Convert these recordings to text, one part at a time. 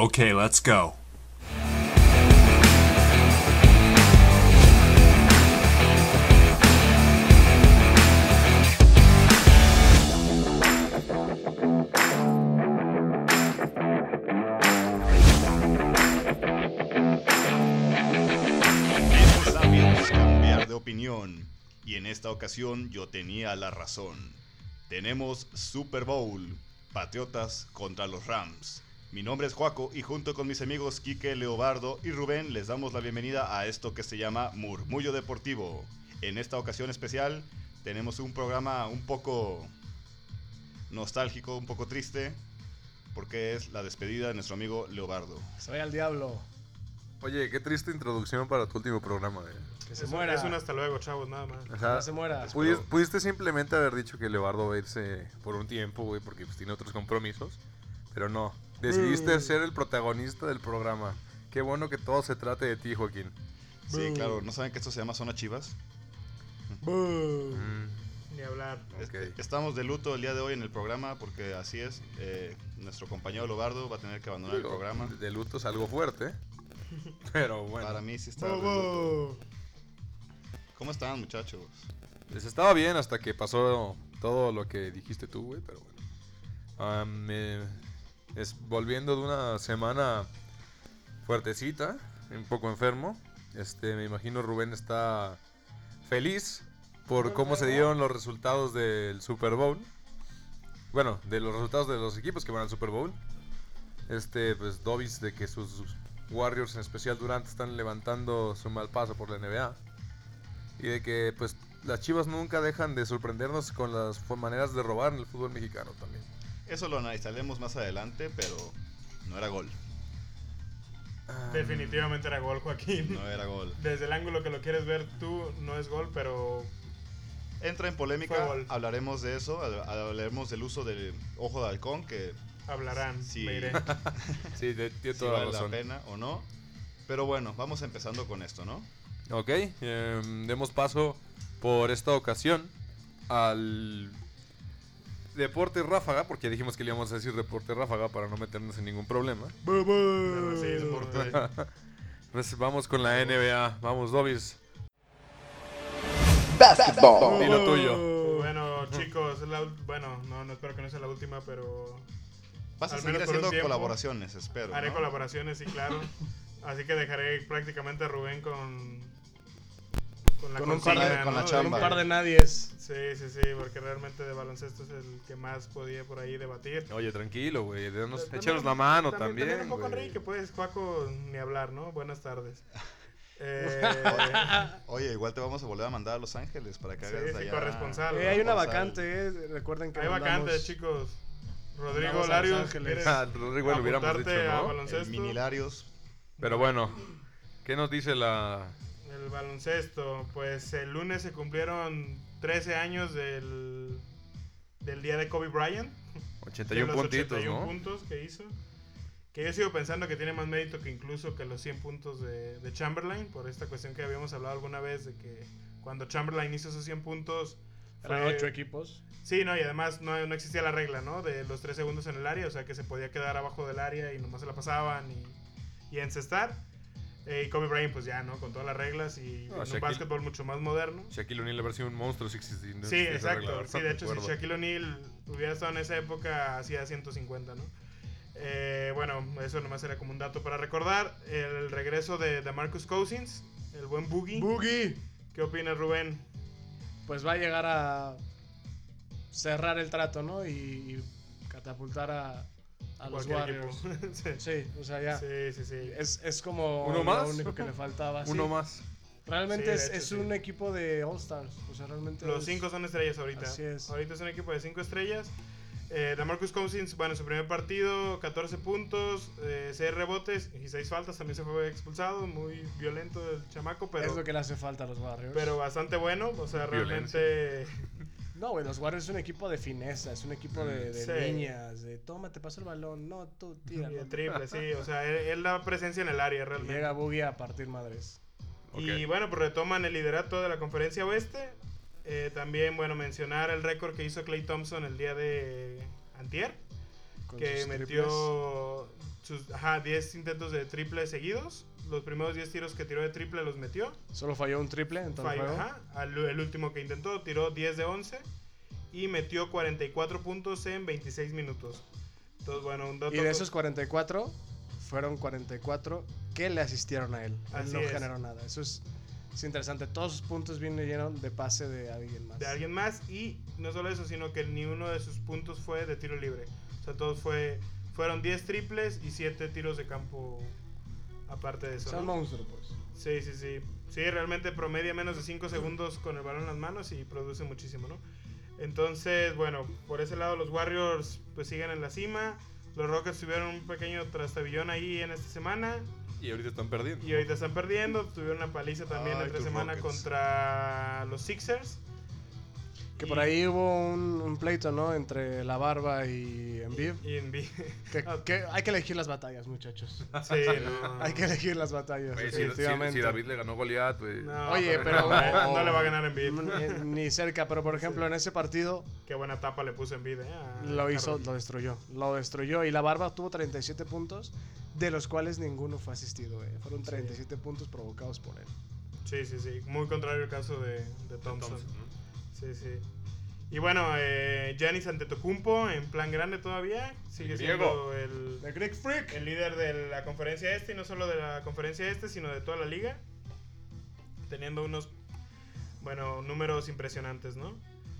Okay, let's go. Es sabios cambiar de opinión, y en esta ocasión yo tenía la razón. Tenemos Super Bowl, Patriotas contra los Rams. Mi nombre es Joaco y junto con mis amigos Quique, Leobardo y Rubén les damos la bienvenida a esto que se llama Murmullo Deportivo. En esta ocasión especial tenemos un programa un poco nostálgico, un poco triste, porque es la despedida de nuestro amigo Leobardo. Soy al diablo. Oye, qué triste introducción para tu último programa, Que se muera. Es un hasta luego, chavos, nada más. O sea, Que se muera. pudiste simplemente haber dicho que Leobardo va a irse por un tiempo, güey, porque pues, tiene otros compromisos. Pero no, decidiste ser el protagonista del programa. Qué bueno que todo se trate de ti, Joaquín. Sí, claro, ¿no saben que esto se llama Zona Chivas? Ni hablar. Ok. Estamos de luto el día de hoy en el programa porque así es, nuestro compañero Leobardo va a tener que abandonar el Digo, programa. de luto es algo fuerte, pero bueno. Para mí sí está de luto. ¿Cómo están, muchachos? Les estaba bien hasta que pasó todo lo que dijiste tú, güey, pero bueno. Volviendo de una semana fuertecita, un poco enfermo. Me imagino Rubén está feliz por cómo se dieron los resultados del Super Bowl. Bueno, de los resultados de los equipos que van al Super Bowl. Pues Dobis de que sus Warriors, en especial Durant, están levantando su mal paso por la NBA. Y de que pues las Chivas nunca dejan de sorprendernos con las maneras de robar en el fútbol mexicano también. Eso lo analizaremos más adelante, pero no era gol. Definitivamente era gol, Joaquín. No era gol. Desde el ángulo que lo quieres ver tú, no es gol, pero Entra en polémica, Fue gol. hablaremos de eso, hablaremos del uso del ojo de halcón, que hablarán. Sí. Me iré. Sí, tiene si toda la vale la razón. pena o no. Pero bueno, vamos empezando con esto, ¿no? Ok, demos paso por esta ocasión al Deporte Ráfaga, porque dijimos que le íbamos a decir Deporte Ráfaga para no meternos en ningún problema. Pero sí, es por- Pues vamos con la NBA, vamos Dobis, Basketball. dilo tuyo. Bueno, chicos, bueno, no espero que no sea la última, pero Vas a Al seguir menos por un haciendo tiempo. colaboraciones, espero, haré ¿no? colaboraciones, sí, claro. Así que dejaré prácticamente a Rubén con la Con un consigna, par de, con la ¿no? chamba. un par de nadies. Sí, porque realmente de baloncesto es el que más podía por ahí debatir. Oye, tranquilo, güey, También- échanos la mano también, un poco güey. Enrique, pues, Juaco, ni hablar, ¿no? Buenas tardes. Oye, igual te vamos a volver a mandar a Los Ángeles para que hagas sí, allá. corresponsal. Hay una Corresponsal. vacante, recuerden que Hay mandamos- vacantes, chicos. Rodrigo mandamos a Los Larios, Ángeles. ¿quieres Ah, Rodrigo, lo hubiéramos apuntarte dicho, a ¿no? El baloncesto? Minilarios. Pero bueno, ¿qué nos dice la...? El baloncesto, pues el lunes se cumplieron 13 años del día de Kobe Bryant. 81 de los puntitos, 81 ¿no? puntos que hizo. Que yo sigo pensando que tiene más mérito que incluso que los 100 puntos de Chamberlain, por esta cuestión que habíamos hablado alguna vez de que cuando Chamberlain hizo esos 100 puntos Eran 8 equipos. Sí, no, y además no existía la regla, ¿no? De los 3 segundos en el área, o sea que se podía quedar abajo del área y nomás se la pasaban y encestar. Y Kobe Bryant, pues ya, ¿no? Con todas las reglas y No, en un Shaquille- básquetbol mucho más moderno. Shaquille O'Neal haber sido un monstruo si existiera. Sí, exacto. Sí, de hecho, si Shaquille O'Neal hubiera estado en esa época, hacía 150, ¿no? Bueno, eso nomás era como un dato para recordar. El regreso de Marcus Cousins, el buen Boogie. ¡Boogie! ¿Qué opinas, Rubén? Pues va a llegar a cerrar el trato, ¿no? Y catapultar a los Cualquier Warriors. equipo. Sí. Sí, o sea, ya. Sí. Es como ¿Uno lo más? único que le faltaba. Uno sí. más. Realmente Sí, de es, hecho, es sí. un equipo de All-Stars. O sea, realmente. Los es- 5 son estrellas ahorita. Así es. Ahorita es un equipo de 5 estrellas. DeMarcus Cousins, bueno, su primer partido, 14 puntos, 6 rebotes y 6 faltas. También se fue expulsado. Muy violento el chamaco, Es lo pero, que le hace falta a los Warriors. pero bastante bueno. O sea, Violencia. realmente. No, güey, los Warriors es un equipo de fineza, es un equipo de Sí. niñas, de toma, te paso el balón, no, tú tira. Y el triple, sí. O sea, él da presencia en el área realmente. Llega Boogie a partir madres. Y Ok. bueno, pues retoman el liderato de la conferencia oeste. También, bueno, mencionar el récord que hizo Klay Thompson el día de antier. Con que sus metió sus 10 intentos de triple seguidos. Los primeros 10 tiros que tiró de triple los metió. Solo falló un triple en todo el juego. El último que intentó tiró 10 de 11 y metió 44 puntos en 26 minutos. Entonces, bueno, un dato. Y de esos 44, fueron 44 que le asistieron a él. Él no generó nada. Eso es interesante. Todos sus puntos vinieron de pase de alguien más. De alguien más, y no solo eso, sino que ni uno de sus puntos fue de tiro libre. O sea, todos fueron 10 triples y 7 tiros de campo aparte de eso. Es un monstruo, pues. Sí. Sí, realmente promedia menos de 5 segundos con el balón en las manos y produce muchísimo, ¿no? Entonces, bueno, por ese lado los Warriors pues siguen en la cima. Los Rockets tuvieron un pequeño trastabillón ahí en esta semana. Y ahorita están perdiendo. Tuvieron una paliza también entre semana contra los Sixers. Que por ahí hubo un pleito, ¿no? Entre La Barba y Embiid. Que hay que elegir las batallas, muchachos. Sí, no. Hay que elegir las batallas, Oye, definitivamente. Si David le ganó Goliat, pues... No, Oye, pero no le va a ganar Embiid. Ni cerca, pero por ejemplo en ese partido Qué buena tapa le puso Embiid, lo destruyó. Y La Barba tuvo 37 puntos, de los cuales ninguno fue asistido. Fueron 37 puntos provocados por él. Sí. Muy contrario al caso de Thompson. ¿no? Sí. Y bueno, Giannis Antetokounmpo en plan grande todavía. Sigue siendo The Greek Freak. el líder de la conferencia este, y no solo de la conferencia este, sino de toda la liga. Teniendo unos, números impresionantes, ¿no?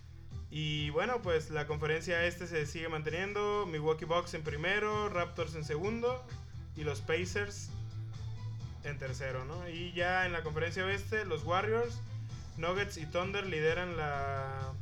Y bueno, pues la conferencia este se sigue manteniendo. Milwaukee Bucks en primero, Raptors en segundo y los Pacers en tercero, ¿no? Y ya en la conferencia oeste, los Warriors, Nuggets y Thunder lideran la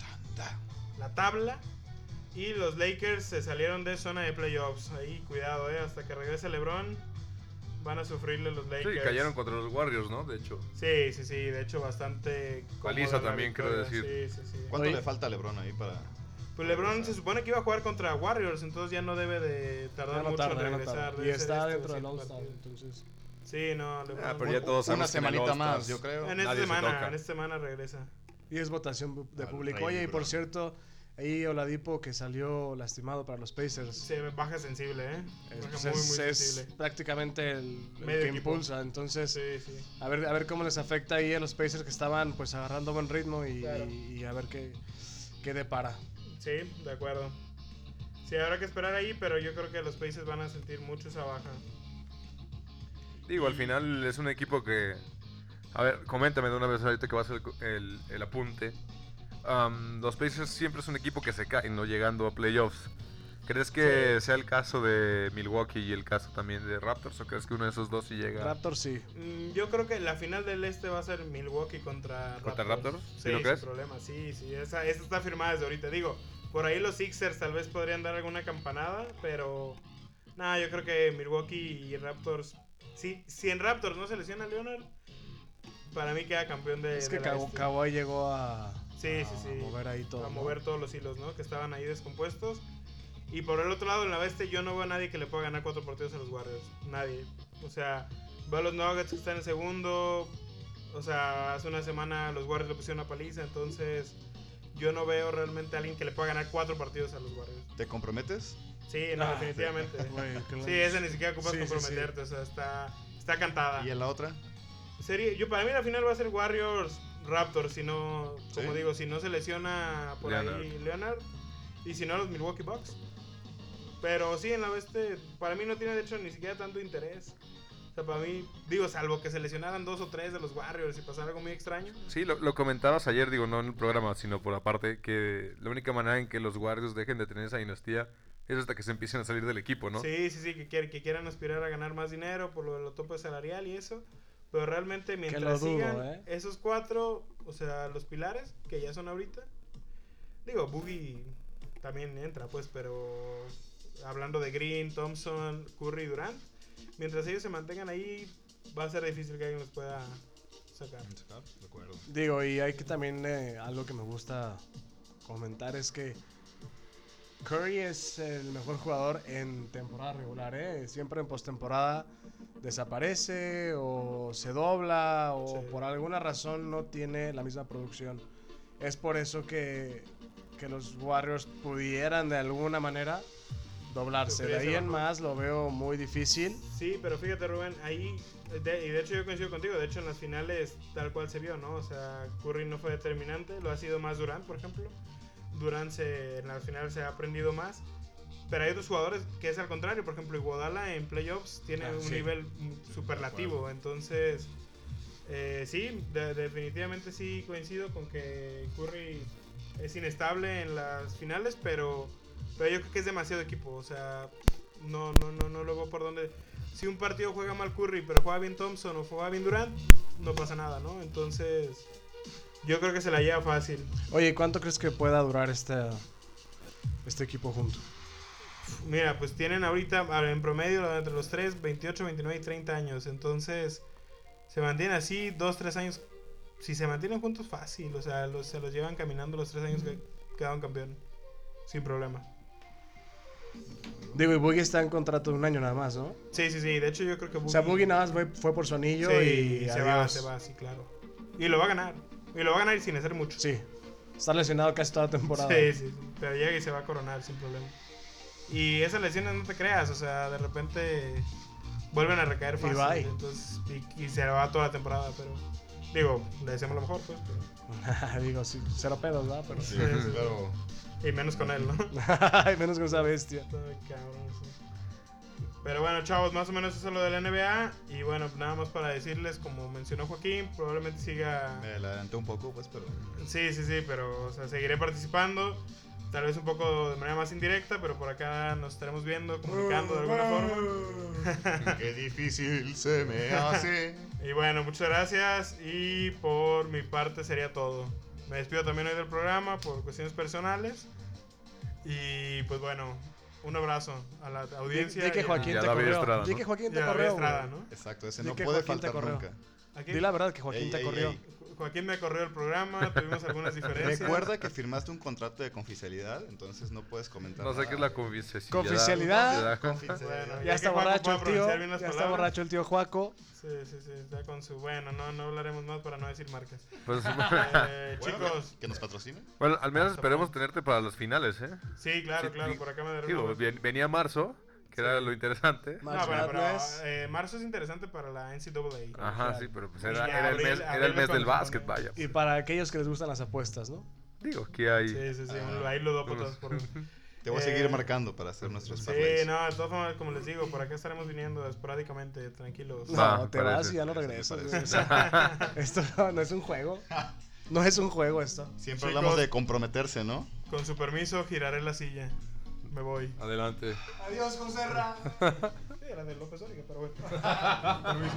tabla, y los Lakers se salieron de zona de playoffs. Ahí cuidado, hasta que regrese LeBron van a sufrirle los Lakers. Sí, cayeron contra los Warriors, ¿no? De hecho. Sí, de hecho bastante paliza también, quiero decir. Sí. ¿Cuánto le falta a LeBron ahí para...? Pues LeBron se supone que iba a jugar contra Warriors, entonces ya no debe de tardar mucho en regresar. Y está dentro del All-Star, entonces... Sí, no, LeBron. Pero ya todos una semanita más, yo creo. En esta semana regresa. Y es votación de público. Oye, y por cierto, ahí Oladipo, que salió lastimado para los Pacers. Se baja sensible, Pues muy es sensible. prácticamente el Medio que equipo. impulsa. Entonces, Sí. a ver cómo les afecta ahí a los Pacers, que estaban pues agarrando buen ritmo y, Claro. y a ver qué depara. Sí, de acuerdo. Sí, habrá que esperar ahí, pero yo creo que los Pacers van a sentir mucho esa baja. Digo, al final es un equipo que... A ver, coméntame de una vez ahorita que va a ser el apunte. Los Pacers siempre es un equipo que se cae, no llegando a playoffs. ¿Crees que sea el caso de Milwaukee y el caso también de Raptors? ¿O crees que uno de esos dos sí llega? Raptors sí. Yo creo que la final del este va a ser Milwaukee contra Raptors. Sí, ¿Sí lo crees? sin problema. Sí. Esa está firmada desde ahorita. Digo, por ahí los Sixers tal vez podrían dar alguna campanada, pero... Nada, yo creo que Milwaukee y Raptors... Si en Raptors no se lesiona Leonard, para mí queda campeón de... Es que de la este. Kawhi llegó a mover ahí todo. A mover todos los hilos, ¿no? Que estaban ahí descompuestos. Y por el otro lado, en la oeste, yo no veo a nadie que le pueda ganar 4 partidos a los Warriors. Nadie. O sea, veo a los Nuggets que están en segundo. O sea, hace una semana los Warriors le pusieron una paliza. Entonces, yo no veo realmente a alguien que le pueda ganar 4 partidos a los Warriors. ¿Te comprometes? Sí, no, definitivamente. Sí, esa ni siquiera ocupas comprometerte. Sí. O sea, está cantada. ¿Y en la otra? Para mí la final va a ser Warriors Raptors, si no, como digo, si no se lesiona por ahí Leonard, y si no los Milwaukee Bucks. Pero sí, en la oeste, para mí no tiene de hecho ni siquiera tanto interés. O sea, para mí, digo, salvo que se lesionaran 2 o 3 de los Warriors y pasara algo muy extraño. Sí, lo comentabas ayer, digo, no en el programa, sino por aparte, que la única manera en que los Warriors dejen de tener esa dinastía es hasta que se empiecen a salir del equipo, ¿no? Sí, que quieran aspirar a ganar más dinero por lo del tope salarial y eso. Pero realmente mientras sigan esos 4, o sea, los pilares, que ya son ahorita. Digo, Boogie también entra, pues, pero hablando de Green, Thompson, Curry y Durant, mientras ellos se mantengan ahí, va a ser difícil que alguien los pueda sacar. De acuerdo. Digo, y hay que también, algo que me gusta comentar es que Curry es el mejor jugador en temporada regular, siempre en postemporada desaparece o se dobla o por alguna razón no tiene la misma producción. Es por eso que los Warriors pudieran de alguna manera doblarse. De ahí en más lo veo muy difícil. Sí, pero fíjate, Rubén, ahí, y de hecho yo coincido contigo, de hecho en las finales tal cual se vio, ¿no? O sea, Curry no fue determinante, lo ha sido más Durant, por ejemplo. Durant en las finales se ha aprendido más. Pero hay otros jugadores que es al contrario, por ejemplo, Iguodala en playoffs tiene un nivel superlativo, entonces sí, definitivamente sí coincido con que Curry es inestable en las finales, pero yo creo que es demasiado equipo, o sea, no lo veo por dónde. Si un partido juega mal Curry, pero juega bien Thompson o juega bien Durant, no pasa nada, ¿no? Entonces, yo creo que se la lleva fácil. Oye, ¿cuánto crees que pueda durar este equipo junto? Mira, pues tienen ahorita en promedio entre los 3, 28, 29 y 30 años. Entonces, se mantienen así 2, 3 años. Si se mantienen juntos, fácil. O sea, se los llevan caminando los 3 años que quedaron campeón. Sin problema. Digo, y Boogie está en contrato de 1 año nada más, ¿no? Sí. De hecho, yo creo que Boogie... O sea, Boogie nada más fue por su anillo y se va, sí, claro. Y lo va a ganar. Y lo va a ganar sin hacer mucho. Sí. Está lesionado casi toda la temporada. Sí. Pero llega y se va a coronar sin problema. Y esas lesiones no te creas, o sea, de repente vuelven a recaer fácil. Entonces, y se va toda la temporada, pero digo, le deseamos lo mejor, pues. Pero... digo, sí, cero pedos, ¿verdad? Pero... Sí, claro. Y menos con él, ¿no? Y menos con esa bestia. Ay, cabrón, sí. Pero bueno, chavos, más o menos eso es lo de la NBA. Y bueno, nada más para decirles, como mencionó Joaquín, probablemente siga... Me adelanté un poco, pues, pero... Sí, pero, o sea, seguiré participando. Tal vez un poco de manera más indirecta, pero por acá nos estaremos viendo, comunicando de alguna forma. Qué difícil se me hace. Y bueno, muchas gracias. Y por mi parte sería todo. Me despido también hoy del programa por cuestiones personales. Y pues bueno, un abrazo a la audiencia. Di que Joaquín te corrió. Di que Joaquín te corrió. ¿no? Exacto, ese no puede faltar nunca. Di la verdad que Joaquín te corrió. Joaquín me corrió el programa, tuvimos algunas diferencias. Recuerda que firmaste un contrato de confidencialidad, entonces no puedes comentar No sé nada. qué es la confidencialidad. Confidencialidad. Bueno, ya está borracho el tío. Ya está borracho el tío Joaco. Sí, está con su... Bueno, no hablaremos más para no decir marcas. Pues, chicos... ¿Que nos patrocinen? bueno, al menos esperemos tenerte para las finales, ¿eh? Sí, claro, por acá me Digo, venía marzo, que era lo interesante. No, pero marzo es interesante para la NCAA. Ajá, sí, pero pues era el mes del básquet, vaya. Y para aquellos que les gustan las apuestas, ¿no? Digo, que hay... Sí, ahí lo doy por todas formas. Te voy a seguir marcando para hacer nuestros Sí, parlays. no, de todas formas, como les digo, por acá estaremos viniendo esporádicamente, tranquilos. No, te vas y ya no regresas. Esto no es un juego. No es un juego esto. Siempre hablamos de comprometerse, ¿no? Con su permiso, giraré la silla. Me voy. Adelante. Adiós, Joserra. Sí, era de López Origa, pero bueno. Permiso.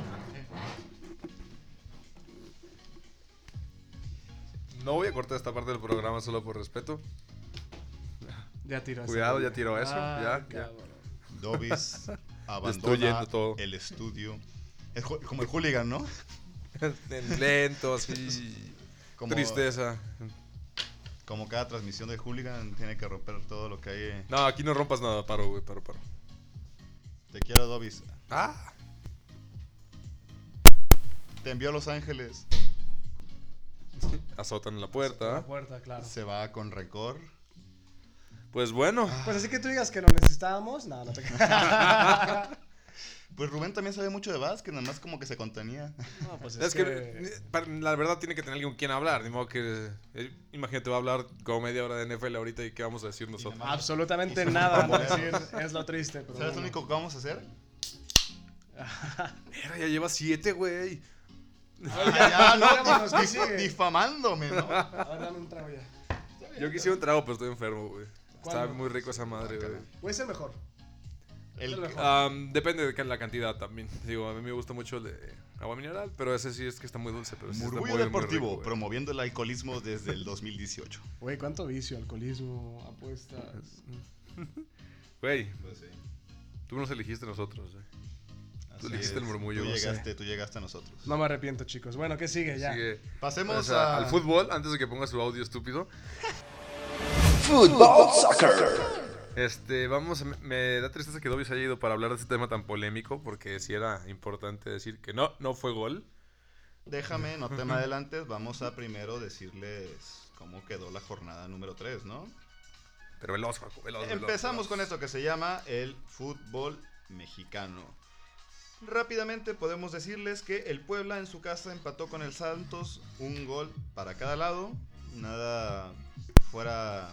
No voy a cortar esta parte del programa solo por respeto. Ya tiró. Cuidado, ya tiró eso. Ya. Dobis Destruyendo abandona todo. el estudio. Es como el hooligan, ¿no? Lento, así. Como, Tristeza. Como cada transmisión de hooligan tiene que romper todo lo que hay. No, aquí no rompas nada. Paro, güey. Paro. Te quiero, Dobis. Ah. Te envió a Los Ángeles. Azotan la puerta. La puerta, claro. Se va con rencor. Pues bueno. Pues así que tú digas que lo necesitábamos. No te creas. Pues Rubén también sabe mucho de básquet, nada más como que se contenía. No, pues Es que la verdad tiene que tener alguien con quien hablar. De modo que. Imagínate, va a hablar como media hora de NFL ahorita y ¿qué vamos a decir nosotros? Absolutamente nada. Por decir, es lo triste. Pero ¿Sabes lo único que vamos a hacer? Mira, ya lleva 7, güey. Ya, Vámonos, no, ¿qué sigue? difamándome, ¿no? A ver, dame un trago ya. Yo quisiera un trago, pero estoy enfermo, güey. Está ¿Cuándo? muy rico esa madre, güey. Puede ser mejor. Depende de la cantidad también. Digo, a mí me gusta mucho el de agua mineral, pero ese sí es que está muy dulce. Pero sí está Murmullo muy Deportivo, rico, güey. promoviendo el alcoholismo desde el 2018. Güey, ¿cuánto vicio? Alcoholismo, apuestas. Güey, Pues sí. tú nos elegiste nosotros, güey. Tú Así elegiste es. el murmullo. Tú llegaste a nosotros. No me arrepiento, chicos. Bueno, ¿qué sigue ya? Sigue. Pasemos O sea, a... al fútbol, antes de que ponga su audio estúpido. Football Soccer. Me da tristeza que Dobby se haya ido para hablar de este tema tan polémico, porque sí era importante decir que no fue gol. Déjame, no te me adelantes, vamos a primero decirles cómo quedó la jornada número 3, ¿no? Pero veloz, Juaco, veloz. Empezamos con esto que se llama el fútbol mexicano. Rápidamente podemos decirles que el Puebla en su casa empató con el Santos, un gol para cada lado. Nada fuera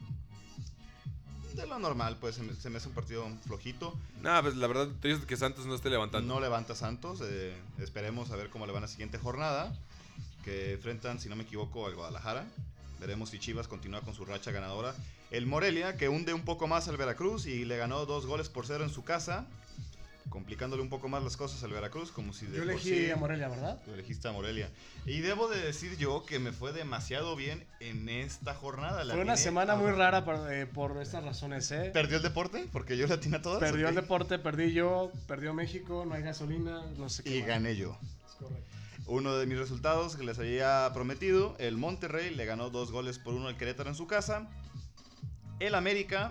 de lo normal, pues se me hace un partido flojito. Pues la verdad, triste que Santos no esté levantando. No levanta Santos, esperemos a ver cómo le va en la siguiente jornada, que enfrentan, si no me equivoco, al Guadalajara. Veremos si Chivas continúa con su racha ganadora. El Morelia, que hunde un poco más al Veracruz y le ganó 2-0 en su casa, complicándole un poco más las cosas al Veracruz, como si de Yo por elegí sí a Morelia, ¿verdad? Tú elegiste a Morelia. Y debo de decir yo que me fue demasiado bien en esta jornada. Fue una semana muy rara por estas razones, ¿eh? ¿Perdió el deporte? Porque yo la atiné a todas. Perdió el ok. deporte, perdí yo, perdió México, no hay gasolina, no sé qué. Y más. gané yo. Es correcto. Uno de mis resultados que les había prometido, el Monterrey le ganó 2-1 al Querétaro en su casa. El América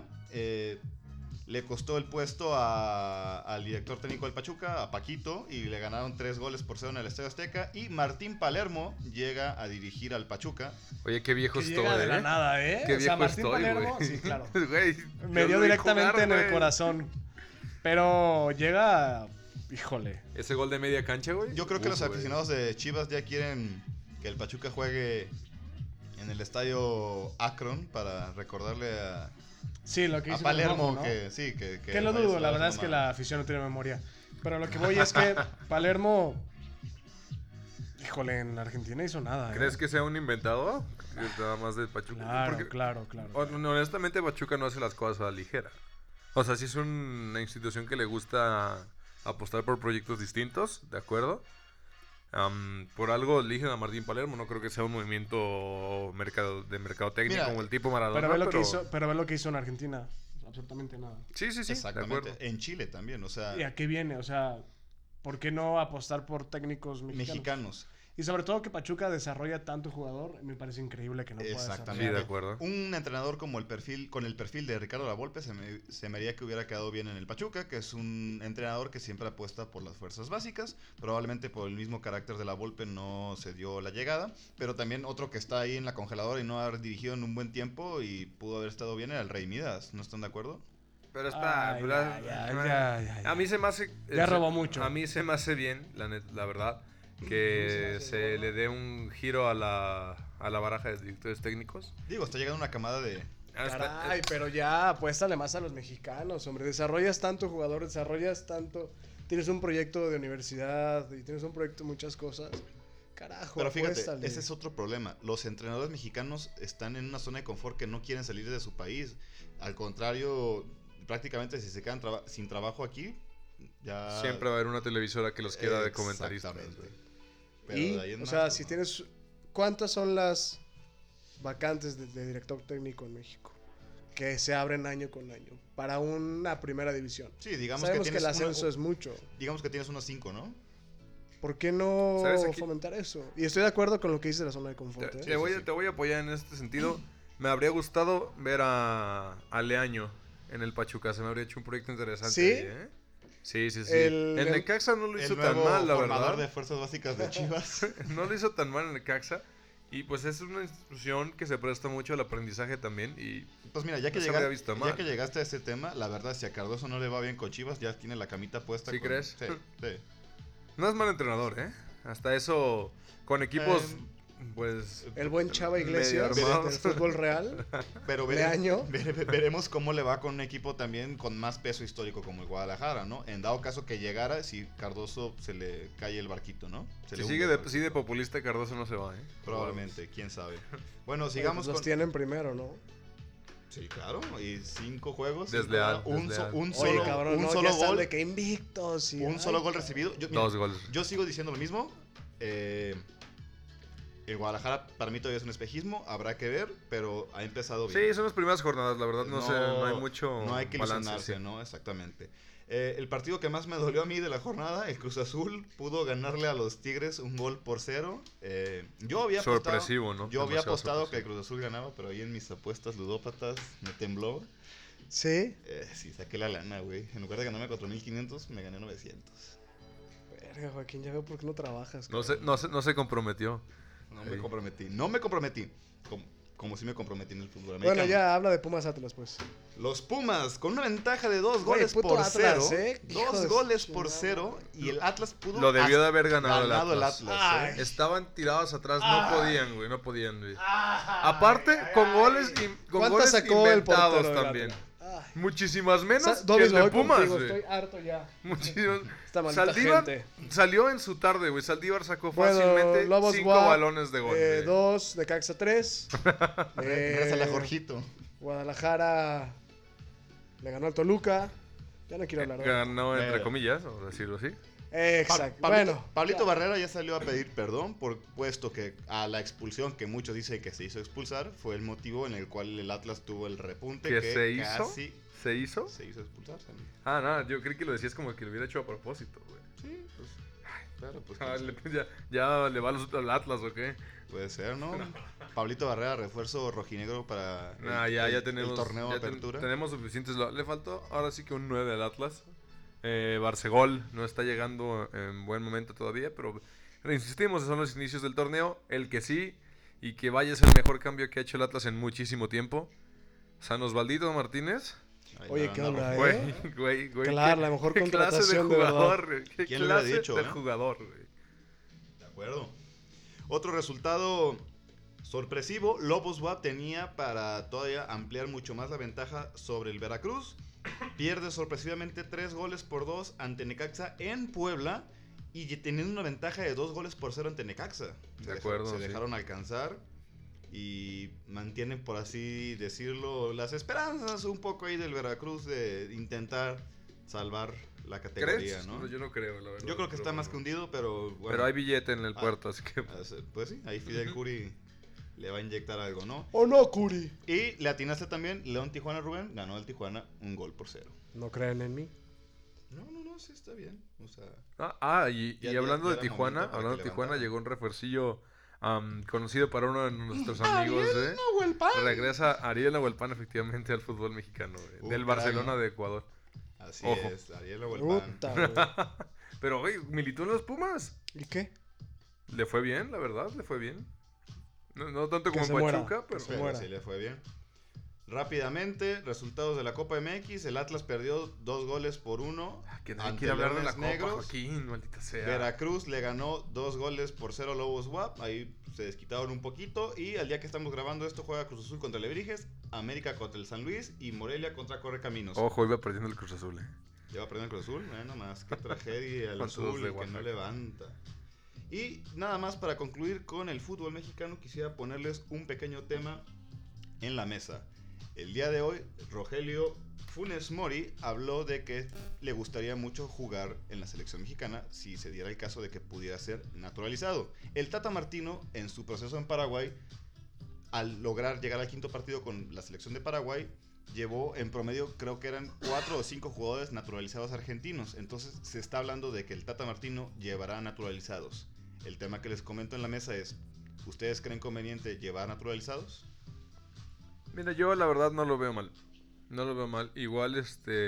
le costó el puesto al director técnico del Pachuca, a Paquito, y le ganaron 3-0 en el Estadio Azteca. Y Martín Palermo llega a dirigir al Pachuca. Oye, qué viejo Que estoy, llega de la nada, ¿eh? Qué O sea, viejo Martín estoy, Palermo, güey. sí, claro. Güey, Me yo dio lo vi directamente jugar, en el güey. corazón. Pero llega, híjole. Ese gol de media cancha, güey. Yo creo que Uf, los güey. aficionados de Chivas ya quieren que el Pachuca juegue en el estadio Akron para recordarle a Sí, lo que hizo Palermo, con Rojo, ¿no? que sí, que Que lo dudo, la verdad es que la afición no tiene memoria. Pero lo que voy es que Palermo, híjole, en Argentina hizo nada. ¿Crees que sea un inventado? Nada más del Pachuca. Claro, Porque, claro. honestamente, Pachuca no hace las cosas a la ligera. O sea, sí es una institución que le gusta apostar por proyectos distintos, ¿de acuerdo? Por algo eligen a Martín Palermo. No creo que sea un movimiento de mercadotecnia Mira, como el tipo Maradona. Pero ve lo que hizo en Argentina. Absolutamente nada. Sí, de acuerdo. Exactamente. En Chile también, o sea, ¿Y a qué viene? O sea, ¿por qué no apostar por técnicos mexicanos. Y sobre todo que Pachuca desarrolla tanto jugador, me parece increíble que no pueda Exactamente. Sí, de desarrollar. acuerdo. Un entrenador como con el perfil de Ricardo Lavolpe se me haría que hubiera quedado bien en el Pachuca, que es un entrenador que siempre apuesta por las fuerzas básicas. Probablemente por el mismo carácter de Lavolpe no se dio la llegada, pero también otro que está ahí en la congeladora y no ha dirigido en un buen tiempo y pudo haber estado bien era el Rey Midas. ¿No están de acuerdo? Pero está... Ay, pero- ya. A mí se me hace... Ya robó mucho. A mí se me hace bien, la verdad, que se le dé un giro a la baraja de directores técnicos. Digo, está llegando una camada de... Caray, pero ya apuéstale más a los mexicanos, hombre. Desarrollas tanto jugador, desarrollas tanto. Tienes un proyecto de universidad y tienes un proyecto de muchas cosas. Carajo, Pero fíjate, apuéstale. ese es otro problema. Los entrenadores mexicanos están en una zona de confort que no quieren salir de su país. Al contrario, prácticamente si se quedan sin trabajo aquí, ya... Siempre va a haber una televisora que los quiera de comentaristas. Exactamente. Pero Y, de ahí en o más, sea, pues, si no. tienes... ¿Cuántas son las vacantes de director técnico en México? Que se abren año con año. Para una primera división. Sí, digamos Sabemos que que el tienes ascenso es mucho. digamos que tienes unos 5, ¿no? ¿Por qué no ¿Sabes? Aquí- fomentar eso? Y estoy de acuerdo con lo que dice la zona de confort. ¿eh? Te voy a apoyar en este sentido. Me habría gustado ver a Leaño en el Pachuca. Se me habría hecho un proyecto interesante. ¿Sí? ahí, ¿eh? Sí. El- El Necaxa no lo El hizo tan nuevo mal, la formador verdad. de fuerzas básicas de Chivas. No lo hizo tan mal en Necaxa. Y pues es una institución que se presta mucho al aprendizaje también. Y Pues mira, ya que, No se habría visto mal. ya que llegaste a este tema, la verdad, si a Cardoso no le va bien con Chivas, ya tiene la camita puesta. ¿Sí crees? Sí, sí. no es mal entrenador, ¿eh? Hasta eso, con equipos, Eh, pues... El buen Chava Iglesias medio del armados. fútbol real. Pero Leaño. veremos cómo le va con un equipo también con más peso histórico como el Guadalajara, ¿no? En dado caso que llegara, si Cardoso se le cae el barquito, ¿no? Se Si le sigue hunde el de barquito. populista, Cardoso no se va, ¿eh? Probablemente, quién sabe. Bueno, sigamos Los con... tienen primero, ¿no? Sí, claro, y 5 juegos. Desleal, Un desleal. Oye, solo, cabrón, un no, solo ya están gol. de que invictos. Un solo gol recibido. Yo, mira, 2 goles. yo sigo diciendo lo mismo. El Guadalajara para mí todavía es un espejismo, habrá que ver, pero ha empezado bien. Sí, son las primeras jornadas, la verdad, no hay mucho No hay que balance, ilusionarse, sí. ¿no? Exactamente. El partido que más me dolió a mí de la jornada, el Cruz Azul, pudo ganarle a los Tigres 1-0. Yo había apostado, Sorpresivo, ¿no? Yo había Demasiado apostado que el sorpresivo. Cruz Azul ganaba, pero ahí en mis apuestas ludópatas me tembló. Sí. Sí, saqué la lana, güey. En lugar de ganarme 4.500, me gané 900. Verga, Joaquín, ya veo por qué no trabajas. No cabrón. se comprometió. No me Sí. comprometí. No me comprometí. como si me comprometí en el fútbol americano. Bueno, ya habla de Pumas Atlas, pues. Los Pumas, con una ventaja de 2 Güey, goles puto por Atlas, 0. hijo 2 de goles su por chingada 0. Y el Atlas pudo. Lo debió de hasta haber ganado el el Atlas. Atlas. Ay. Estaban tirados atrás, no podían, güey, no podían, güey. Aparte, con goles, con ¿Cuántas goles sacó el inventados portero del también. Atlas? Ay. Muchísimas menos que Dobby, el me de voy Pumas, contigo, güey. estoy harto ya. Muchísimas. Esta maldita Saldívar gente. salió en su tarde, güey. Saldívar sacó Bueno, fácilmente Lobos 5 WAP, balones de gol. güey. 2, Necaxa 3. Gracias a la Jorgito. Guadalajara le ganó al Toluca. Ya no quiero hablar. ¿no? Ganó entre Pero- comillas, o decirlo así. Exacto. Pablito, Bueno, Pablito ya. Barrera ya salió a pedir perdón por puesto que a la expulsión que muchos dicen que se hizo expulsar fue el motivo en el cual el Atlas tuvo el repunte ¿Que que se hizo? casi ¿Se hizo? se hizo expulsar. Sammy. Ah, nada, yo creí que lo decías como que lo hubiera hecho a propósito, güey. Sí, pues. Claro, pues. Ah, ya le va al Atlas, ¿o qué? Puede ser, ¿no? Pablito Barrera, refuerzo rojinegro para Ya tenemos. el torneo de ya apertura. tenemos suficientes. Le faltó ahora sí que un 9 al Atlas. Barcegol no está llegando en buen momento todavía, pero insistimos, son los inicios del torneo. El que sí, y que vaya a ser el mejor cambio que ha hecho el Atlas en muchísimo tiempo. San Osvaldito Martínez. Ahí Oye, la ¿qué banda onda, roja. Güey. Claro, la mejor qué clase de contratación de verdad. jugador, güey. Qué ¿Quién lo hubiera clase dicho, de eh? jugador, güey. De acuerdo. Otro resultado sorpresivo, Lobos WAP tenía para todavía ampliar mucho más la ventaja sobre el Veracruz. Pierde sorpresivamente 3 goles por 2 ante Necaxa en Puebla y teniendo una ventaja de 2 goles por 0 ante Necaxa. De acuerdo, Se sí. dejaron alcanzar y mantienen, por así decirlo, las esperanzas un poco ahí del Veracruz de intentar salvar la categoría, ¿Crees? ¿no? Yo no creo, la verdad. Yo creo que está más que hundido, pero bueno. Pero hay billete en el Ah. puerto, así que. Pues sí, ahí Fidel Curi le va a inyectar algo, ¿no? ¿O no, Curi? Y le atinaste también, León Tijuana Rubén, ganó el Tijuana 1 gol por 0. ¿No creen en mí? No, sí está bien. O sea, Y Ya hablando era de Tijuana, momento para que levantaran. llegó un refuercillo conocido para uno de nuestros amigos, ¿eh? Regresa Ariel Nahuelpan efectivamente al fútbol mexicano, Un del crack, Barcelona ¿no? de Ecuador. así Ojo. es, Ariel Nahuelpan. Puta, güey. Pero, güey, militó en los Pumas. ¿Y qué? Le fue bien, la verdad, le fue bien. No tanto Que como se en muera. Pachuca, pero... se Pero muera. sí le fue bien. Rápidamente, resultados de la Copa MX, el Atlas perdió 2 goles por 1 Que nadie ante quiere hablar de la Leones Copa, Negros. Joaquín, maldita sea. Veracruz le ganó 2 goles por 0 a Lobos WAP. Ahí se desquitaron un poquito. Y al día que estamos grabando esto, juega Cruz Azul contra Lebrijes, América contra el San Luis y Morelia contra Correcaminos. Ojo, iba perdiendo el Cruz Azul, Lleva perdiendo el Cruz Azul. Bueno, más que tragedia el Con todos azul de que no Oaxaca. levanta. Y nada más para concluir con el fútbol mexicano, quisiera ponerles un pequeño tema en la mesa. El día de hoy, Rogelio Funes Mori habló de que le gustaría mucho jugar en la selección mexicana si se diera el caso de que pudiera ser naturalizado. El Tata Martino, en su proceso en Paraguay, al lograr llegar al 5º partido con la selección de Paraguay, llevó en promedio, creo que eran 4 o 5 jugadores naturalizados argentinos. Entonces se está hablando de que el Tata Martino llevará naturalizados. El tema que les comento en la mesa es, ¿ustedes creen conveniente llevar naturalizados? Mira, yo la verdad no lo veo mal. No lo veo mal. Igual,